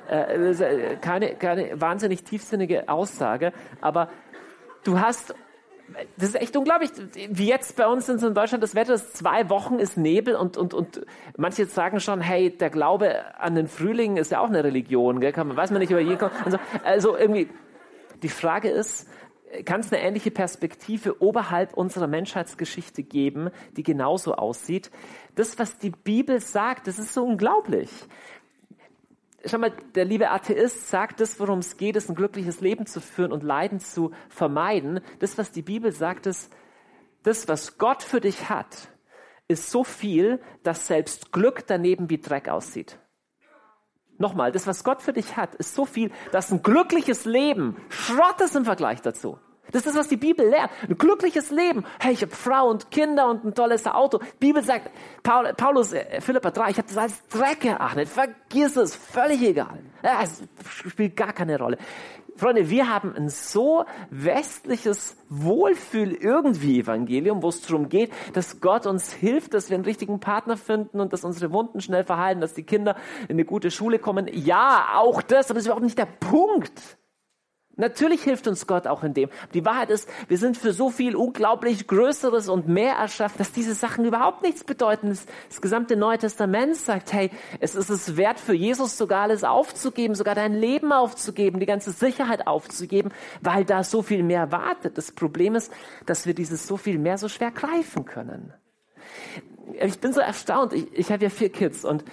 Keine wahnsinnig tiefsinnige Aussage, aber du hast, das ist echt unglaublich, wie jetzt bei uns in Deutschland, das Wetter ist 2 Wochen, ist Nebel und manche sagen schon, hey, der Glaube an den Frühling ist ja auch eine Religion, gell? Weiß man nicht, über je kommt. Also irgendwie, die Frage ist, kann es eine ähnliche Perspektive oberhalb unserer Menschheitsgeschichte geben, die genauso aussieht? Das, was die Bibel sagt, das ist so unglaublich. Schau mal, der liebe Atheist sagt, das, worum es geht, ist ein glückliches Leben zu führen und Leiden zu vermeiden. Das, was die Bibel sagt, ist, das, was Gott für dich hat, ist so viel, dass selbst Glück daneben wie Dreck aussieht. Nochmal, das, was Gott für dich hat, ist so viel, dass ein glückliches Leben Schrott ist im Vergleich dazu. Das ist das, was die Bibel lehrt. Ein glückliches Leben. Hey, ich habe Frau und Kinder und ein tolles Auto. Die Bibel sagt, Paulus, Philipper 3, ich habe das als Dreck erachtet. Vergiss es, völlig egal. Ja, es spielt gar keine Rolle. Freunde, wir haben ein so westliches Wohlfühl-Irgendwie-Evangelium, wo es darum geht, dass Gott uns hilft, dass wir einen richtigen Partner finden und dass unsere Wunden schnell verheilen, dass die Kinder in eine gute Schule kommen. Ja, auch das, aber das ist überhaupt nicht der Punkt. Natürlich hilft uns Gott auch in dem. Die Wahrheit ist, wir sind für so viel unglaublich Größeres und mehr erschaffen, dass diese Sachen überhaupt nichts bedeuten. Das gesamte Neue Testament sagt, hey, es ist es wert für Jesus sogar alles aufzugeben, sogar dein Leben aufzugeben, die ganze Sicherheit aufzugeben, weil da so viel mehr wartet. Das Problem ist, dass wir dieses so viel mehr so schwer greifen können. Ich bin so erstaunt. Ich habe ja 4 Kids und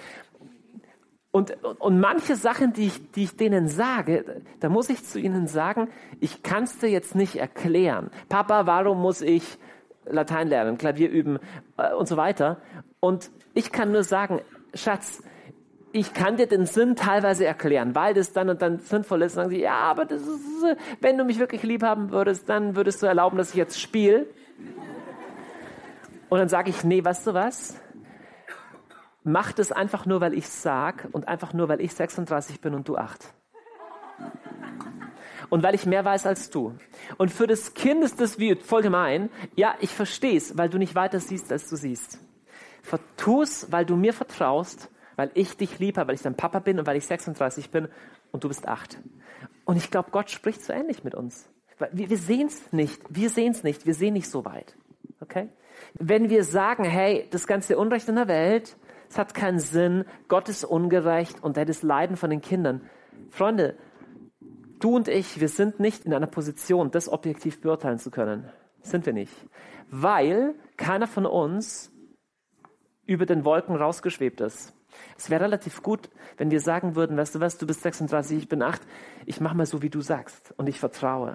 manche Sachen, die ich denen sage, da muss ich zu ihnen sagen, ich kann es dir jetzt nicht erklären. Papa, warum muss ich Latein lernen, Klavier üben und so weiter? Und ich kann nur sagen, Schatz, ich kann dir den Sinn teilweise erklären, weil das dann und dann sinnvoll ist. Und sagen sie, ja, aber das ist, wenn du mich wirklich lieb haben würdest, dann würdest du erlauben, dass ich jetzt spiele. Und dann sage ich, nee, weißt du was? Mach das einfach nur, weil ich sag und einfach nur, weil ich 36 bin und du 8. Und weil ich mehr weiß als du. Und für das Kind ist das wie voll gemein. Ja, ich verstehe es, weil du nicht weiter siehst, als du siehst. Tu es, weil du mir vertraust, weil ich dich lieb habe, weil ich dein Papa bin und weil ich 36 bin und du bist 8. Und ich glaube, Gott spricht so ähnlich mit uns. Wir sehen es nicht, wir sehen nicht so weit. Okay? Wenn wir sagen, hey, das ganze Unrecht in der Welt, es hat keinen Sinn, Gott ist ungerecht und das Leiden von den Kindern. Freunde, du und ich, wir sind nicht in einer Position, das objektiv beurteilen zu können. Sind wir nicht. Weil keiner von uns über den Wolken rausgeschwebt ist. Es wäre relativ gut, wenn wir sagen würden, weißt du was, du bist 36, ich bin 8, ich mache mal so, wie du sagst und ich vertraue.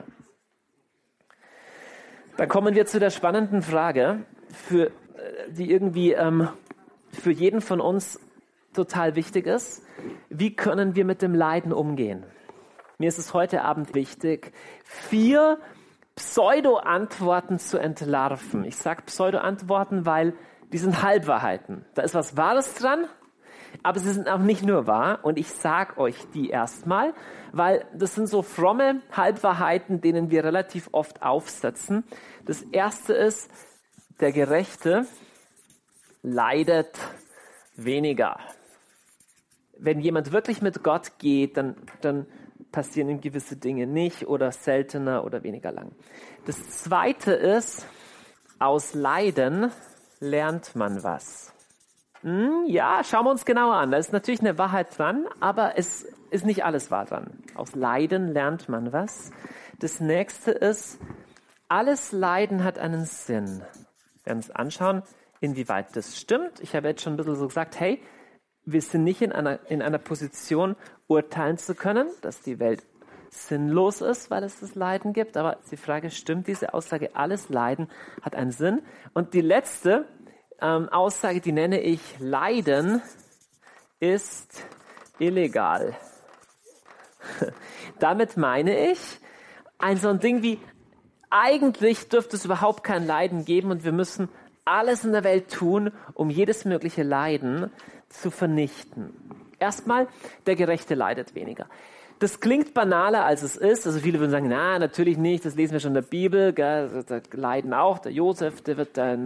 Dann kommen wir zu der spannenden Frage, die irgendwie für jeden von uns total wichtig ist. Wie können wir mit dem Leiden umgehen? Mir ist es heute Abend wichtig, 4 Pseudo-Antworten zu entlarven. Ich sage Pseudo-Antworten, weil die sind Halbwahrheiten. Da ist was Wahres dran, aber sie sind auch nicht nur wahr. Und ich sage euch die erstmal, weil das sind so fromme Halbwahrheiten, denen wir relativ oft aufsetzen. Das erste ist, der Gerechte leidet weniger. Wenn jemand wirklich mit Gott geht, dann passieren ihm gewisse Dinge nicht oder seltener oder weniger lang. Das zweite ist, aus Leiden lernt man was. Ja, schauen wir uns genauer an. Da ist natürlich eine Wahrheit dran, aber es ist nicht alles wahr dran. Aus Leiden lernt man was. Das nächste ist, alles Leiden hat einen Sinn. Wir werden uns anschauen, inwieweit das stimmt. Ich habe jetzt schon ein bisschen so gesagt, hey, wir sind nicht in einer Position, urteilen zu können, dass die Welt sinnlos ist, weil es das Leiden gibt. Aber die Frage, stimmt diese Aussage, alles Leiden hat einen Sinn? Und die letzte Aussage, die nenne ich, Leiden ist illegal. Damit meine ich, so ein Ding wie, eigentlich dürfte es überhaupt kein Leiden geben und wir müssen alles in der Welt tun, um jedes mögliche Leiden zu vernichten. Erstmal, der Gerechte leidet weniger. Das klingt banaler, als es ist. Also viele würden sagen, na, natürlich nicht, das lesen wir schon in der Bibel. Gell? Da leiden auch. Der Josef, der wird da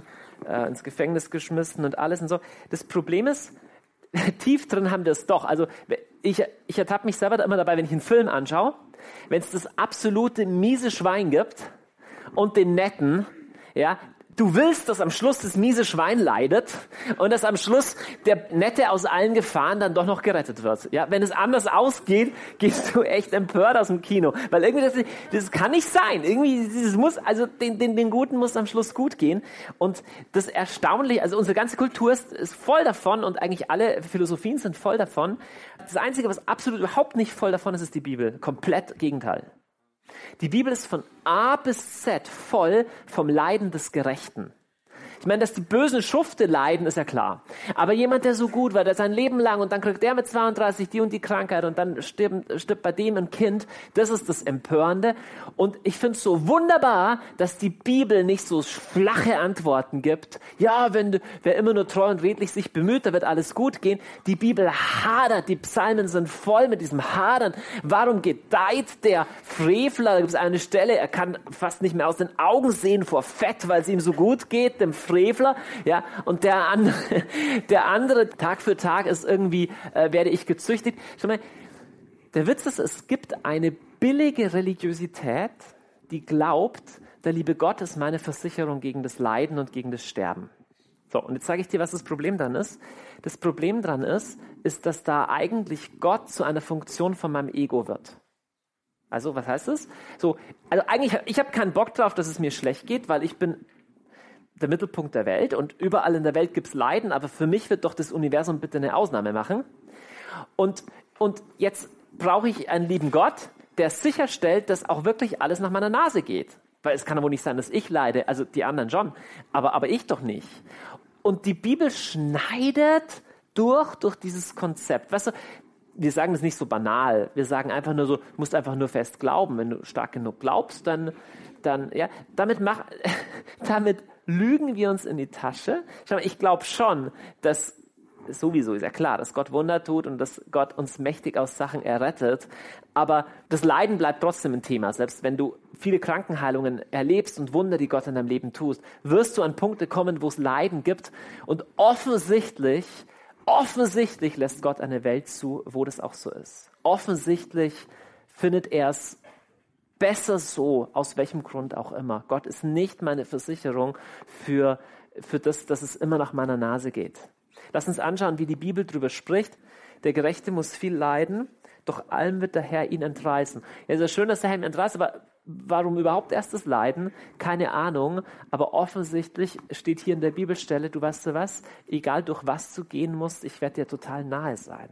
ins Gefängnis geschmissen und alles und so. Das Problem ist, tief drin haben wir es doch. Also ich ertappe mich selber immer dabei, wenn ich einen Film anschaue, wenn es das absolute miese Schwein gibt und den netten, ja, du willst, dass am Schluss das miese Schwein leidet und dass am Schluss der Nette aus allen Gefahren dann doch noch gerettet wird. Ja, wenn es anders ausgeht, gehst du echt empört aus dem Kino. Weil irgendwie das kann nicht sein. Irgendwie, das muss, also den Guten muss am Schluss gut gehen. Und das Erstaunliche, also unsere ganze Kultur ist voll davon und eigentlich alle Philosophien sind voll davon. Das Einzige, was absolut überhaupt nicht voll davon ist, ist die Bibel. Komplett Gegenteil. Die Bibel ist von A bis Z voll vom Leiden des Gerechten. Ich meine, dass die bösen Schufte leiden, ist ja klar. Aber jemand, der so gut war, der sein Leben lang und dann kriegt der mit 32 die und die Krankheit und dann stirbt bei dem ein Kind, das ist das Empörende. Und ich finde es so wunderbar, dass die Bibel nicht so flache Antworten gibt. Ja, wer immer nur treu und redlich sich bemüht, da wird alles gut gehen. Die Bibel hadert, die Psalmen sind voll mit diesem Hadern. Warum gedeiht der Frevler? Da gibt es eine Stelle, er kann fast nicht mehr aus den Augen sehen vor Fett, weil es ihm so gut geht, dem Frevler, ja, und der andere Tag für Tag ist irgendwie, werde ich gezüchtigt. Schau mal, der Witz ist, es gibt eine billige Religiosität, die glaubt, der liebe Gott ist meine Versicherung gegen das Leiden und gegen das Sterben. So, und jetzt sage ich dir, was das Problem dran ist. Das Problem dran ist, dass da eigentlich Gott zu einer Funktion von meinem Ego wird. Also, was heißt das? So, also eigentlich, ich habe keinen Bock drauf, dass es mir schlecht geht, weil ich bin der Mittelpunkt der Welt und überall in der Welt gibt es Leiden, aber für mich wird doch das Universum bitte eine Ausnahme machen. Und jetzt brauche ich einen lieben Gott, der sicherstellt, dass auch wirklich alles nach meiner Nase geht. Weil es kann ja wohl nicht sein, dass ich leide, also die anderen schon, aber ich doch nicht. Und die Bibel schneidet durch dieses Konzept. Weißt du, wir sagen das nicht so banal, wir sagen einfach nur so, du musst einfach nur fest glauben. Wenn du stark genug glaubst, dann ja, damit lügen wir uns in die Tasche. Schau mal, ich glaube schon, dass sowieso ist ja klar, dass Gott Wunder tut und dass Gott uns mächtig aus Sachen errettet. Aber das Leiden bleibt trotzdem ein Thema. Selbst wenn du viele Krankenheilungen erlebst und Wunder, die Gott in deinem Leben tust, wirst du an Punkte kommen, wo es Leiden gibt. Und offensichtlich lässt Gott eine Welt zu, wo das auch so ist. Offensichtlich findet er es besser so, aus welchem Grund auch immer. Gott ist nicht meine Versicherung für das, dass es immer nach meiner Nase geht. Lass uns anschauen, wie die Bibel darüber spricht. Der Gerechte muss viel leiden, doch allem wird der Herr ihn entreißen. Ja, es ist schön, dass der Herr ihn entreißt, aber Warum überhaupt erst das Leiden? Keine Ahnung, aber offensichtlich steht hier in der Bibelstelle, du weißt du was, egal durch was du gehen musst, ich werde dir total nahe sein.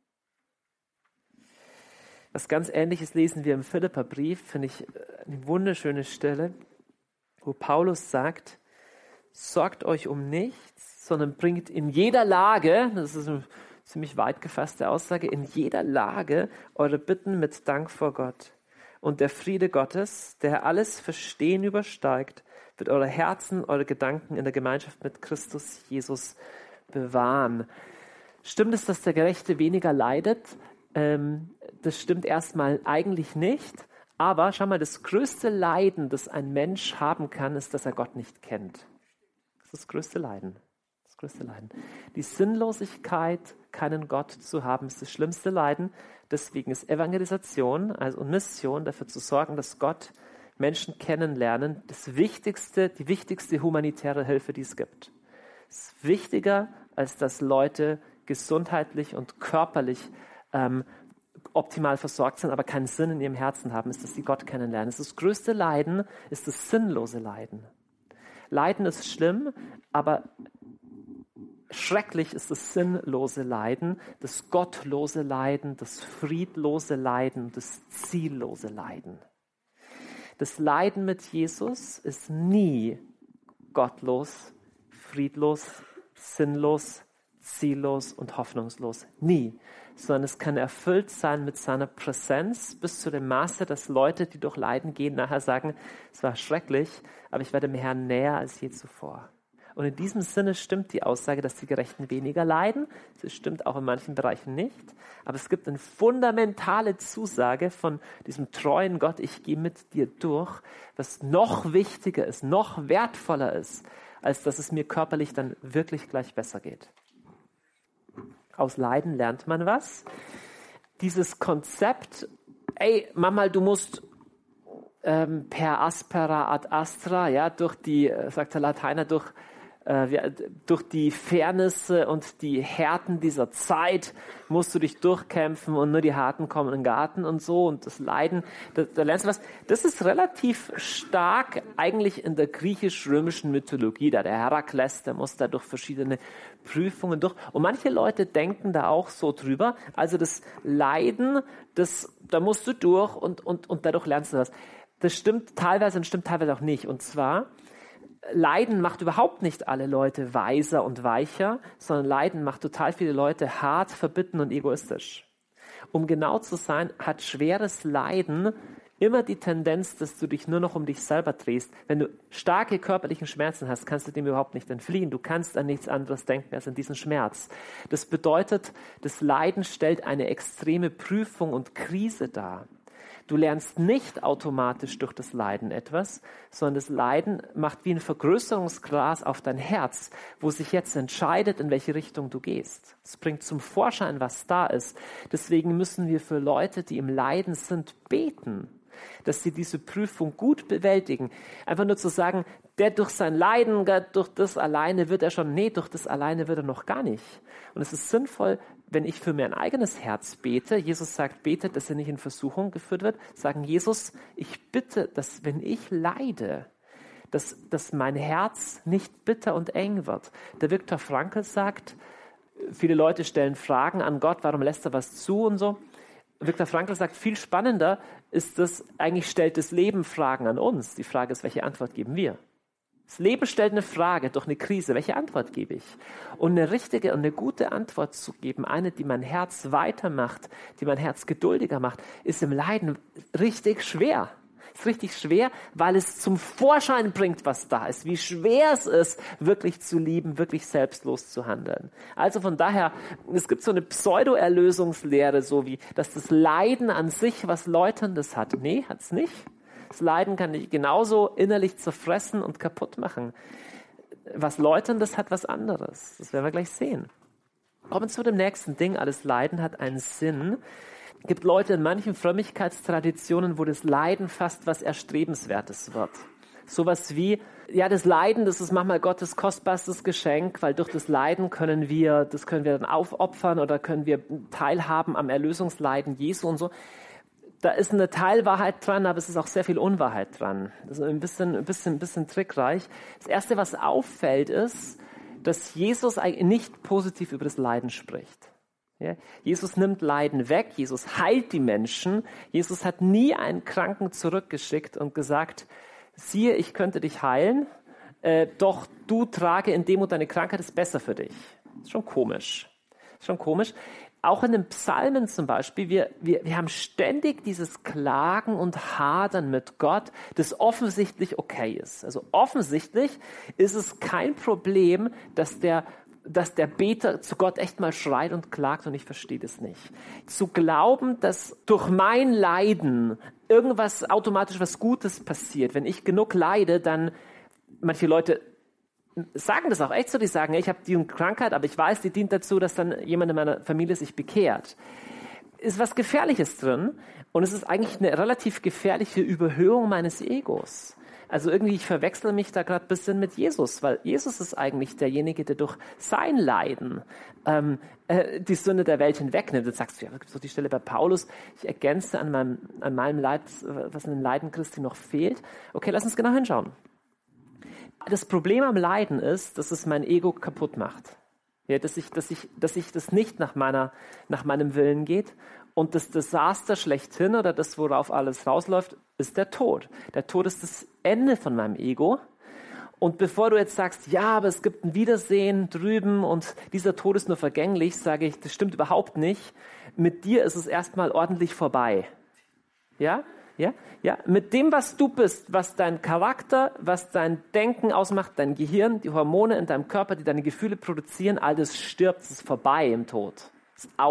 Was ganz Ähnliches lesen wir im Philipperbrief, finde ich eine wunderschöne Stelle, wo Paulus sagt, sorgt euch um nichts, sondern bringt in jeder Lage, das ist eine ziemlich weit gefasste Aussage, in jeder Lage eure Bitten mit Dank vor Gott. Und der Friede Gottes, der alles Verstehen übersteigt, wird eure Herzen, eure Gedanken in der Gemeinschaft mit Christus Jesus bewahren. Stimmt es, dass der Gerechte weniger leidet? Das stimmt erstmal eigentlich nicht. Aber schau mal, das größte Leiden, das ein Mensch haben kann, ist, dass er Gott nicht kennt. Das ist das größte Leiden. Das größte Leiden. Die Sinnlosigkeit, keinen Gott zu haben, ist das schlimmste Leiden. Deswegen ist Evangelisation und Mission dafür zu sorgen, dass Gott Menschen kennenlernen, die wichtigste humanitäre Hilfe, die es gibt. Es ist wichtiger, als dass Leute gesundheitlich und körperlich optimal versorgt sind, aber keinen Sinn in ihrem Herzen haben, ist, dass sie Gott kennenlernen. Das größte Leiden ist das sinnlose Leiden. Leiden ist schlimm, aber schrecklich ist das sinnlose Leiden, das gottlose Leiden, das friedlose Leiden, das ziellose Leiden. Das Leiden mit Jesus ist nie gottlos, friedlos, sinnlos, ziellos und hoffnungslos. Nie. Sondern es kann erfüllt sein mit seiner Präsenz bis zu dem Maße, dass Leute, die durch Leiden gehen, nachher sagen, es war schrecklich, aber ich werde dem Herrn näher als je zuvor. Und in diesem Sinne stimmt die Aussage, dass die Gerechten weniger leiden. Das stimmt auch in manchen Bereichen nicht. Aber es gibt eine fundamentale Zusage von diesem treuen Gott, ich gehe mit dir durch, was noch wichtiger ist, noch wertvoller ist, als dass es mir körperlich dann wirklich gleich besser geht. Aus Leiden lernt man was. Dieses Konzept, Mama, du musst per aspera ad astra, ja, durch die, sagt der Lateiner, durch die Fairnisse und die Härten dieser Zeit musst du dich durchkämpfen und nur die Harten kommen in den Garten und so und das Leiden, da lernst du was. Das ist relativ stark eigentlich in der griechisch-römischen Mythologie, da der Herakles, der muss da durch verschiedene Prüfungen durch und manche Leute denken da auch so drüber, also das Leiden, da musst du durch und dadurch lernst du was. Das stimmt teilweise und stimmt teilweise auch nicht und zwar Leiden macht überhaupt nicht alle Leute weiser und weicher, sondern Leiden macht total viele Leute hart, verbitten und egoistisch. Um genau zu sein, hat schweres Leiden immer die Tendenz, dass du dich nur noch um dich selber drehst. Wenn du starke körperliche Schmerzen hast, kannst du dem überhaupt nicht entfliehen. Du kannst an nichts anderes denken als an diesen Schmerz. Das bedeutet, das Leiden stellt eine extreme Prüfung und Krise dar. Du lernst nicht automatisch durch das Leiden etwas, sondern das Leiden macht wie ein Vergrößerungsglas auf dein Herz, wo sich jetzt entscheidet, in welche Richtung du gehst. Es bringt zum Vorschein, was da ist. Deswegen müssen wir für Leute, die im Leiden sind, beten, dass sie diese Prüfung gut bewältigen. Einfach nur zu sagen, der durch sein Leiden, durch das alleine wird er schon, nee, durch das alleine wird er noch gar nicht. Und es ist sinnvoll, wenn ich für mein eigenes Herz bete, Jesus sagt, betet, dass er nicht in Versuchung geführt wird, sagen, Jesus, ich bitte, dass wenn ich leide, dass mein Herz nicht bitter und eng wird. Der Viktor Frankl sagt, viele Leute stellen Fragen an Gott, warum lässt er was zu und so. Viktor Frankl sagt, viel spannender ist das, eigentlich stellt das Leben Fragen an uns. Die Frage ist, welche Antwort geben wir? Das Leben stellt eine Frage durch eine Krise. Welche Antwort gebe ich? Und eine richtige und eine gute Antwort zu geben, eine, die mein Herz weitermacht, die mein Herz geduldiger macht, ist im Leiden richtig schwer. Ist richtig schwer, weil es zum Vorschein bringt, was da ist. Wie schwer es ist, wirklich zu lieben, wirklich selbstlos zu handeln. Also von daher, es gibt so eine Pseudo-Erlösungslehre, so wie, dass das Leiden an sich was Läuterndes hat. Nee, hat's nicht. Das Leiden kann dich genauso innerlich zerfressen und kaputt machen. Was Läuterndes hat was anderes. Das werden wir gleich sehen. Kommen wir zu dem nächsten Ding. Alles Leiden hat einen Sinn. Es gibt Leute in manchen Frömmigkeitstraditionen, wo das Leiden fast was Erstrebenswertes wird. Sowas wie, ja, das Leiden, das ist manchmal Gottes kostbarstes Geschenk, weil durch das Leiden können wir dann aufopfern oder können wir teilhaben am Erlösungsleiden Jesu und so. da ist eine Teilwahrheit dran, aber es ist auch sehr viel Unwahrheit dran. Das ist ein bisschen trickreich. Das Erste, was auffällt, ist, dass Jesus eigentlich nicht positiv über das Leiden spricht. Ja? Jesus nimmt Leiden weg, Jesus heilt die Menschen. Jesus hat nie einen Kranken zurückgeschickt und gesagt, siehe, ich könnte dich heilen, doch du trage in Demut deine Krankheit, ist besser für dich. Das ist schon komisch. Auch in den Psalmen zum Beispiel, wir haben ständig dieses Klagen und Hadern mit Gott, das offensichtlich okay ist. Also offensichtlich ist es kein Problem, dass der Beter zu Gott echt mal schreit und klagt und ich verstehe das nicht. Zu glauben, dass durch mein Leiden irgendwas automatisch was Gutes passiert. Wenn ich genug leide, dann, manche Leute sagen das auch echt so, die sagen, ich habe die Krankheit, aber ich weiß, die dient dazu, dass dann jemand in meiner Familie sich bekehrt. Ist was Gefährliches drin und es ist eigentlich eine relativ gefährliche Überhöhung meines Egos. Also irgendwie, ich verwechsel mich da gerade ein bisschen mit Jesus, weil Jesus ist eigentlich derjenige, der durch sein Leiden die Sünde der Welt hinwegnimmt. Jetzt sagst du, ja, da gibt es doch die Stelle bei Paulus, ich ergänze an meinem Leid, was in den Leiden Christi noch fehlt. Okay, lass uns genau hinschauen. Das Problem am Leiden ist, dass es mein Ego kaputt macht. Ja, dass ich das nicht nach meinem Willen geht. Und das Desaster schlechthin oder das, worauf alles rausläuft, ist der Tod. Der Tod ist das Ende von meinem Ego. Und bevor du jetzt sagst, ja, aber es gibt ein Wiedersehen drüben und dieser Tod ist nur vergänglich, sage ich, das stimmt überhaupt nicht. Mit dir ist es erstmal ordentlich vorbei. Ja? Ja, mit dem, was du bist, was dein Charakter, was dein Denken ausmacht, dein Gehirn, die Hormone in deinem Körper, die deine Gefühle produzieren, all das stirbt, es ist vorbei im Tod. Es ist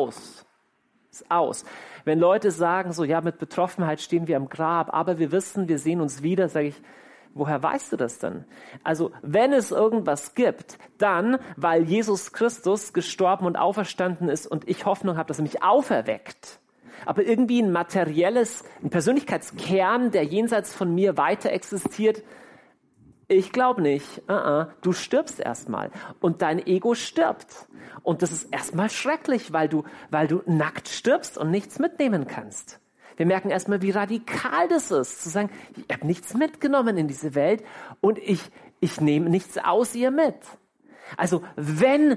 aus. Wenn Leute sagen so, ja, mit Betroffenheit stehen wir am Grab, aber wir wissen, wir sehen uns wieder, sage ich, woher weißt du das denn? Also, wenn es irgendwas gibt, dann, weil Jesus Christus gestorben und auferstanden ist und ich Hoffnung habe, dass er mich auferweckt. Aber irgendwie ein Persönlichkeitskern, der jenseits von mir weiter existiert, ich glaube nicht. Du stirbst erstmal und dein Ego stirbt. Und das ist erstmal schrecklich, weil du nackt stirbst und nichts mitnehmen kannst. Wir merken erstmal, wie radikal das ist, zu sagen, ich habe nichts mitgenommen in diese Welt und ich nehme nichts aus ihr mit. Also wenn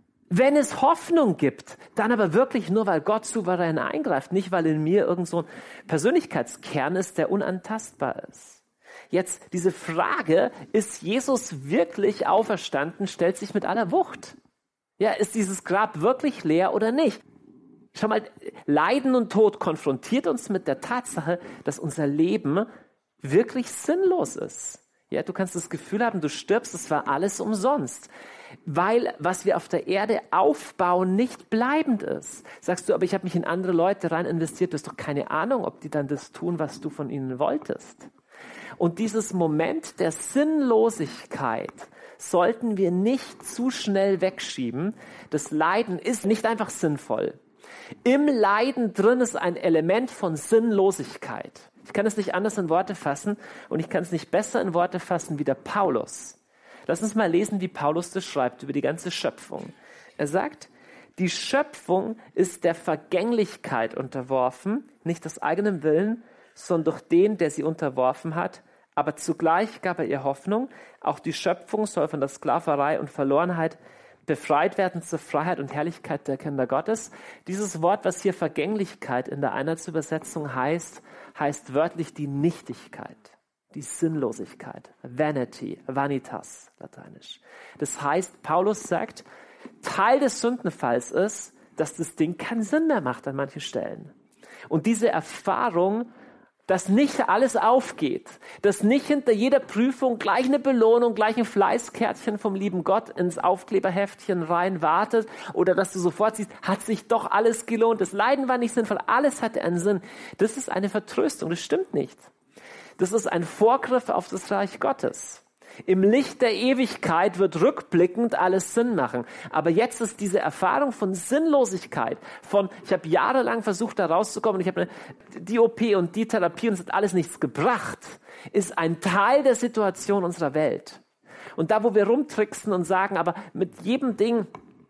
es Hoffnung gibt, dann aber wirklich nur, weil Gott souverän eingreift, nicht weil in mir irgend so ein Persönlichkeitskern ist, der unantastbar ist. Jetzt diese Frage, ist Jesus wirklich auferstanden, stellt sich mit aller Wucht. Ja, ist dieses Grab wirklich leer oder nicht? Schau mal, Leiden und Tod konfrontiert uns mit der Tatsache, dass unser Leben wirklich sinnlos ist. Ja, du kannst das Gefühl haben, du stirbst, es war alles umsonst. Weil was wir auf der Erde aufbauen, nicht bleibend ist. Sagst du, aber ich habe mich in andere Leute rein investiert, du hast doch keine Ahnung, ob die dann das tun, was du von ihnen wolltest. Und dieses Moment der Sinnlosigkeit sollten wir nicht zu schnell wegschieben. Das Leiden ist nicht einfach sinnvoll. Im Leiden drin ist ein Element von Sinnlosigkeit. Ich kann es nicht anders in Worte fassen und ich kann es nicht besser in Worte fassen wie der Paulus. Lass uns mal lesen, wie Paulus das schreibt über die ganze Schöpfung. Er sagt, die Schöpfung ist der Vergänglichkeit unterworfen, nicht aus eigenem Willen, sondern durch den, der sie unterworfen hat. Aber zugleich gab er ihr Hoffnung, auch die Schöpfung soll von der Sklaverei und Verlorenheit befreit werden zur Freiheit und Herrlichkeit der Kinder Gottes. Dieses Wort, was hier Vergänglichkeit in der Einheitsübersetzung heißt wörtlich die Nichtigkeit, die Sinnlosigkeit, Vanity, Vanitas, lateinisch. Das heißt, Paulus sagt, Teil des Sündenfalls ist, dass das Ding keinen Sinn mehr macht an manchen Stellen. Und diese Erfahrung, dass nicht alles aufgeht, dass nicht hinter jeder Prüfung gleich eine Belohnung, gleich ein Fleißkärtchen vom lieben Gott ins Aufkleberheftchen rein wartet oder dass du sofort siehst, hat sich doch alles gelohnt, das Leiden war nicht sinnvoll, alles hatte einen Sinn. Das ist eine Vertröstung, das stimmt nicht. Das ist ein Vorgriff auf das Reich Gottes. Im Licht der Ewigkeit wird rückblickend alles Sinn machen. Aber jetzt ist diese Erfahrung von Sinnlosigkeit, ich habe jahrelang versucht, da rauszukommen, ich habe die OP und die Therapie und es hat alles nichts gebracht, ist ein Teil der Situation unserer Welt. Und da, wo wir rumtricksen und sagen, aber mit jedem Ding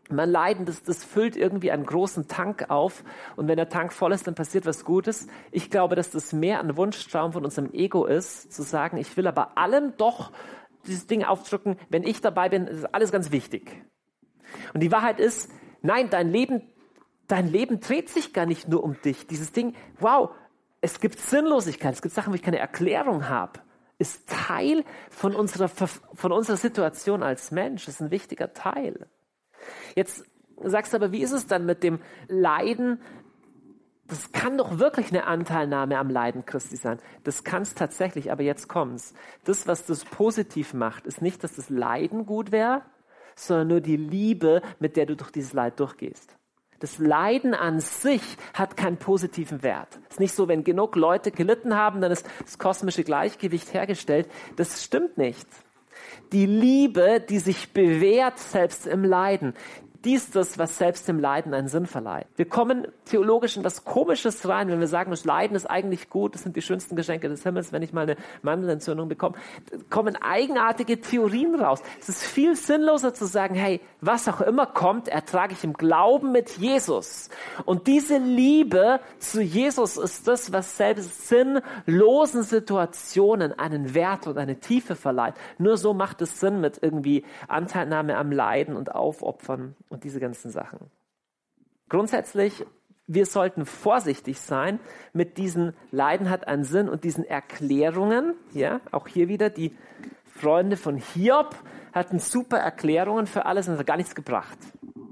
Man Leiden, das füllt irgendwie einen großen Tank auf und wenn der Tank voll ist, dann passiert was Gutes. Ich glaube, dass das mehr ein Wunschtraum von unserem Ego ist, zu sagen, ich will aber allem doch dieses Ding aufdrücken, wenn ich dabei bin, ist alles ganz wichtig. Und die Wahrheit ist, nein, dein Leben dreht sich gar nicht nur um dich. Dieses Ding, wow, es gibt Sinnlosigkeit, es gibt Sachen, wo ich keine Erklärung habe, ist Teil von unserer Situation als Mensch, ist ein wichtiger Teil. Jetzt sagst du aber, wie ist es dann mit dem Leiden? Das kann doch wirklich eine Anteilnahme am Leiden Christi sein. Das kann es tatsächlich, aber jetzt kommt's. Das, was das positiv macht, ist nicht, dass das Leiden gut wäre, sondern nur die Liebe, mit der du durch dieses Leid durchgehst. Das Leiden an sich hat keinen positiven Wert. Es ist nicht so, wenn genug Leute gelitten haben, dann ist das kosmische Gleichgewicht hergestellt. Das stimmt nicht. Die Liebe, die sich bewährt selbst im Leiden, die ist das, was selbst im Leiden einen Sinn verleiht. Wir kommen theologisch in was Komisches rein, wenn wir sagen, das Leiden ist eigentlich gut, das sind die schönsten Geschenke des Himmels, wenn ich mal eine Mandelentzündung bekomme, kommen eigenartige Theorien raus. Es ist viel sinnloser zu sagen, hey, was auch immer kommt, ertrage ich im Glauben mit Jesus. Und diese Liebe zu Jesus ist das, was selbst sinnlosen Situationen einen Wert und eine Tiefe verleiht. Nur so macht es Sinn mit irgendwie Anteilnahme am Leiden und Aufopfern und diese ganzen Sachen. Grundsätzlich, wir sollten vorsichtig sein mit diesen Leiden hat einen Sinn und diesen Erklärungen. Ja, auch hier wieder die Freunde von Hiob hatten super Erklärungen für alles und hat gar nichts gebracht.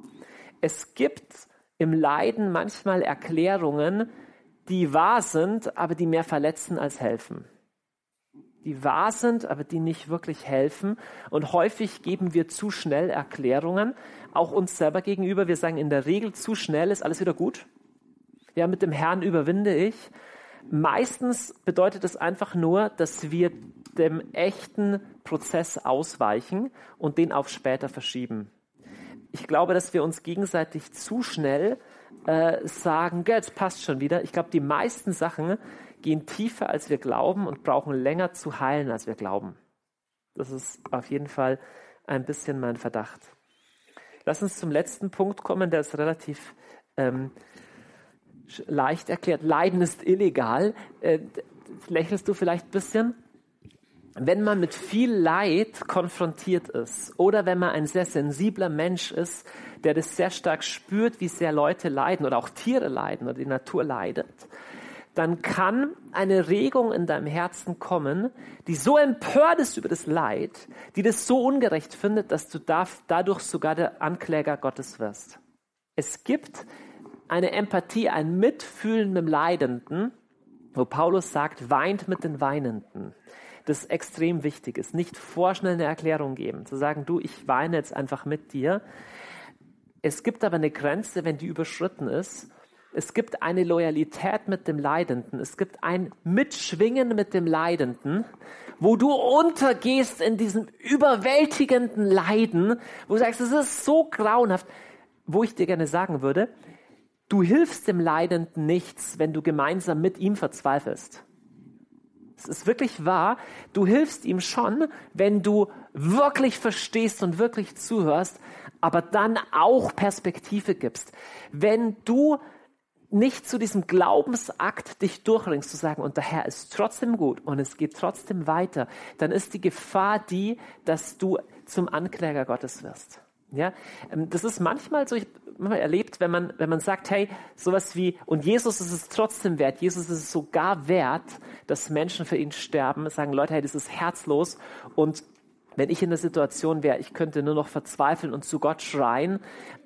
Es gibt im Leiden manchmal Erklärungen, die wahr sind, aber die mehr verletzen als helfen. Die wahr sind, aber die nicht wirklich helfen. Und häufig geben wir zu schnell Erklärungen, auch uns selber gegenüber. Wir sagen in der Regel, zu schnell ist alles wieder gut. Ja, mit dem Herrn überwinde ich. Meistens bedeutet es einfach nur, dass wir dem echten Prozess ausweichen und den auf später verschieben. Ich glaube, dass wir uns gegenseitig zu schnell sagen, jetzt passt schon wieder. Ich glaube, die meisten Sachen gehen tiefer, als wir glauben und brauchen länger zu heilen, als wir glauben. Das ist auf jeden Fall ein bisschen mein Verdacht. Lass uns zum letzten Punkt kommen, der ist relativ leicht erklärt. Leiden ist illegal. Lächelst du vielleicht ein bisschen? Wenn man mit viel Leid konfrontiert ist oder wenn man ein sehr sensibler Mensch ist, der das sehr stark spürt, wie sehr Leute leiden oder auch Tiere leiden oder die Natur leidet, dann kann eine Regung in deinem Herzen kommen, die so empört ist über das Leid, die das so ungerecht findet, dass du dadurch sogar der Ankläger Gottes wirst. Es gibt eine Empathie, ein Mitfühlen mit dem Leidenden, wo Paulus sagt, weint mit den Weinenden. Das extrem wichtig ist. Nicht vorschnell eine Erklärung geben, zu sagen, du, ich weine jetzt einfach mit dir. Es gibt aber eine Grenze, wenn die überschritten ist. Es gibt eine Loyalität mit dem Leidenden. Es gibt ein Mitschwingen mit dem Leidenden, wo du untergehst in diesem überwältigenden Leiden, wo du sagst, es ist so grauenhaft, wo ich dir gerne sagen würde, du hilfst dem Leidenden nichts, wenn du gemeinsam mit ihm verzweifelst. Es ist wirklich wahr, du hilfst ihm schon, wenn du wirklich verstehst und wirklich zuhörst, aber dann auch Perspektive gibst. Wenn du nicht zu diesem Glaubensakt dich durchringst, zu sagen, und der Herr ist trotzdem gut und es geht trotzdem weiter, dann ist die Gefahr die, dass du zum Ankläger Gottes wirst. Ja, das ist manchmal so, ich habe erlebt, wenn man sagt, hey, sowas wie, und Jesus ist es trotzdem wert, Jesus ist es sogar wert, dass Menschen für ihn sterben, sagen Leute, hey, das ist herzlos und wenn ich in der Situation wäre, ich könnte nur noch verzweifeln und zu Gott schreien,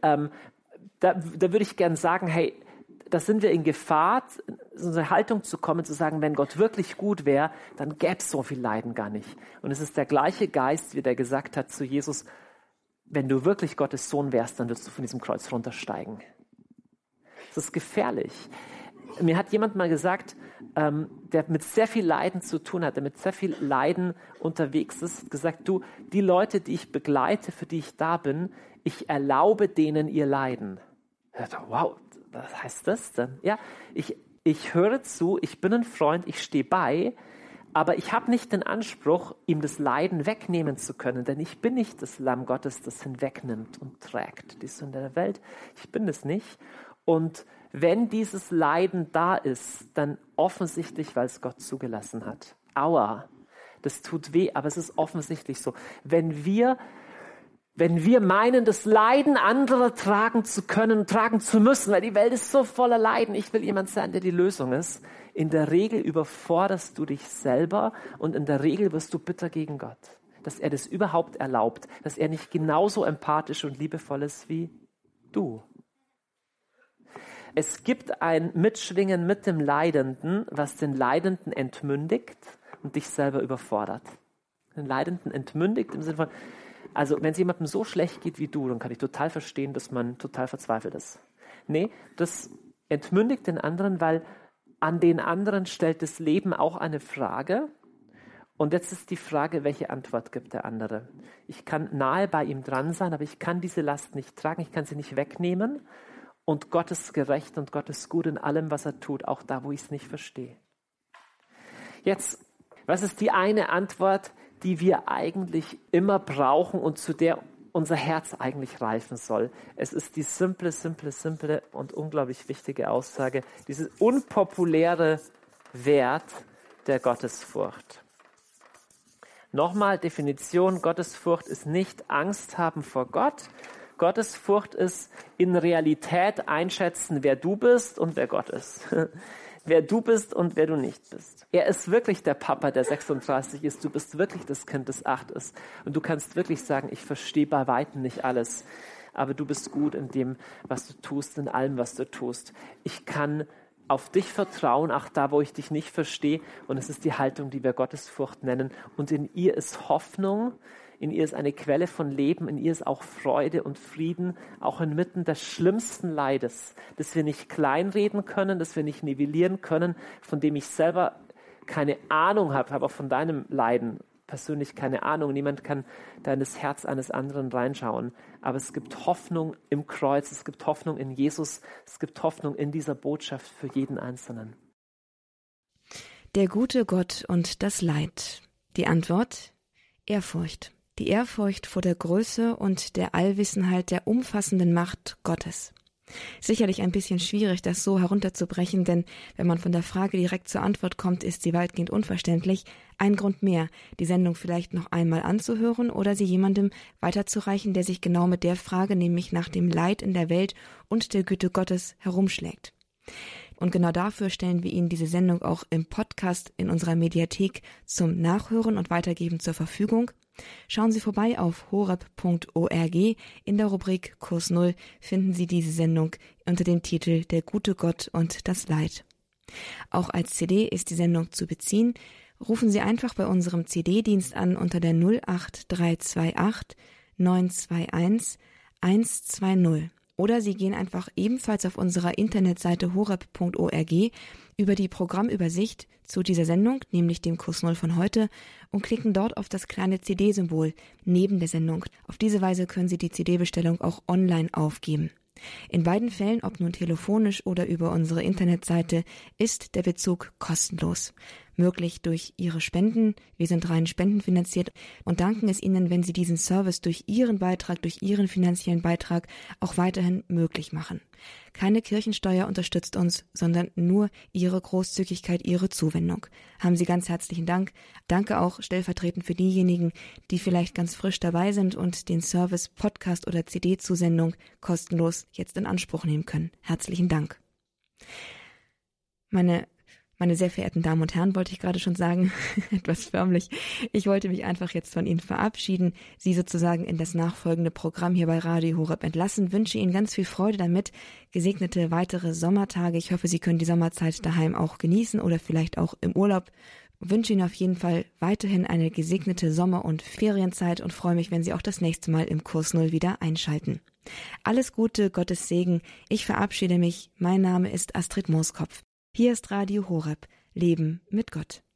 da würde ich gern sagen, hey, da sind wir in Gefahr, in unsere Haltung zu kommen, zu sagen, wenn Gott wirklich gut wäre, dann gäbe es so viel Leiden gar nicht. Und es ist der gleiche Geist, wie der gesagt hat zu Jesus, wenn du wirklich Gottes Sohn wärst, dann würdest du von diesem Kreuz runtersteigen. Das ist gefährlich. Mir hat jemand mal gesagt, der mit sehr viel Leiden zu tun hat, der mit sehr viel Leiden unterwegs ist, gesagt, du, die Leute, die ich begleite, für die ich da bin, ich erlaube denen ihr Leiden. Ich dachte, wow, was heißt das denn? Ja, ich höre zu, ich bin ein Freund, ich stehe bei, Aber ich habe nicht den Anspruch, ihm das Leiden wegnehmen zu können, denn ich bin nicht das Lamm Gottes, das hinwegnimmt und trägt die Sünde der Welt. Ich bin es nicht. Und wenn dieses Leiden da ist, dann offensichtlich, weil es Gott zugelassen hat. Aua, das tut weh, aber es ist offensichtlich so. Wenn wir meinen, das Leiden anderer tragen zu können, tragen zu müssen, weil die Welt ist so voller Leiden, ich will jemand sein, der die Lösung ist, in der Regel überforderst du dich selber und in der Regel wirst du bitter gegen Gott, dass er das überhaupt erlaubt, dass er nicht genauso empathisch und liebevoll ist wie du. Es gibt ein Mitschwingen mit dem Leidenden, was den Leidenden entmündigt und dich selber überfordert. Den Leidenden entmündigt im Sinne von, also wenn es jemandem so schlecht geht wie du, dann kann ich total verstehen, dass man total verzweifelt ist. Nee, das entmündigt den anderen, weil an den anderen stellt das Leben auch eine Frage. Und jetzt ist die Frage, welche Antwort gibt der andere? Ich kann nahe bei ihm dran sein, aber ich kann diese Last nicht tragen, ich kann sie nicht wegnehmen. Und Gott ist gerecht und Gott ist gut in allem, was er tut, auch da, wo ich es nicht verstehe. Jetzt, was ist die eine Antwort, die wir eigentlich immer brauchen und zu der unser Herz eigentlich reifen soll? Es ist die simple und unglaublich wichtige Aussage, dieses unpopuläre Wert der Gottesfurcht. Nochmal Definition, Gottesfurcht ist nicht Angst haben vor Gott. Gottesfurcht ist in Realität einschätzen, wer du bist und wer Gott ist. Wer du bist und wer du nicht bist. Er ist wirklich der Papa, der 36 ist. Du bist wirklich das Kind, das 8 ist. Und du kannst wirklich sagen, ich verstehe bei Weitem nicht alles. Aber du bist gut in dem, was du tust, in allem, was du tust. Ich kann auf dich vertrauen, auch da, wo ich dich nicht verstehe. Und es ist die Haltung, die wir Gottesfurcht nennen. Und in ihr ist Hoffnung. In ihr ist eine Quelle von Leben, in ihr ist auch Freude und Frieden, auch inmitten des schlimmsten Leides, das wir nicht kleinreden können, das wir nicht nivellieren können, von dem ich selber keine Ahnung habe auch von deinem Leiden persönlich keine Ahnung. Niemand kann da in das Herz eines anderen reinschauen. Aber es gibt Hoffnung im Kreuz, es gibt Hoffnung in Jesus, es gibt Hoffnung in dieser Botschaft für jeden Einzelnen. Der gute Gott und das Leid. Die Antwort? Ehrfurcht. Die Ehrfurcht vor der Größe und der Allwissenheit der umfassenden Macht Gottes. Sicherlich ein bisschen schwierig, das so herunterzubrechen, denn wenn man von der Frage direkt zur Antwort kommt, ist sie weitgehend unverständlich. Ein Grund mehr, die Sendung vielleicht noch einmal anzuhören oder sie jemandem weiterzureichen, der sich genau mit der Frage, nämlich nach dem Leid in der Welt und der Güte Gottes, herumschlägt. Und genau dafür stellen wir Ihnen diese Sendung auch im Podcast in unserer Mediathek zum Nachhören und Weitergeben zur Verfügung. Schauen Sie vorbei auf horeb.org. In der Rubrik Kurs Null finden Sie diese Sendung unter dem Titel Der gute Gott und das Leid. Auch als CD ist die Sendung zu beziehen. Rufen Sie einfach bei unserem CD-Dienst an unter der 08328 921 120. Oder Sie gehen einfach ebenfalls auf unserer Internetseite horeb.org über die Programmübersicht zu dieser Sendung, nämlich dem Kurs Null von heute, und klicken dort auf das kleine CD-Symbol neben der Sendung. Auf diese Weise können Sie die CD-Bestellung auch online aufgeben. In beiden Fällen, ob nun telefonisch oder über unsere Internetseite, ist der Bezug kostenlos. Möglich durch Ihre Spenden. Wir sind rein spendenfinanziert und danken es Ihnen, wenn Sie diesen Service durch Ihren Beitrag, durch Ihren finanziellen Beitrag auch weiterhin möglich machen. Keine Kirchensteuer unterstützt uns, sondern nur Ihre Großzügigkeit, Ihre Zuwendung. Haben Sie ganz herzlichen Dank. Danke auch stellvertretend für diejenigen, die vielleicht ganz frisch dabei sind und den Service Podcast oder CD-Zusendung kostenlos jetzt in Anspruch nehmen können. Herzlichen Dank. Meine sehr verehrten Damen und Herren, wollte ich gerade schon sagen, etwas förmlich. Ich wollte mich einfach jetzt von Ihnen verabschieden, Sie sozusagen in das nachfolgende Programm hier bei Radio Horeb entlassen, wünsche Ihnen ganz viel Freude damit, gesegnete weitere Sommertage. Ich hoffe, Sie können die Sommerzeit daheim auch genießen oder vielleicht auch im Urlaub. Ich wünsche Ihnen auf jeden Fall weiterhin eine gesegnete Sommer- und Ferienzeit und freue mich, wenn Sie auch das nächste Mal im Kurs Null wieder einschalten. Alles Gute, Gottes Segen. Ich verabschiede mich. Mein Name ist Astrid Mooskopf. Hier ist Radio Horeb, Leben mit Gott.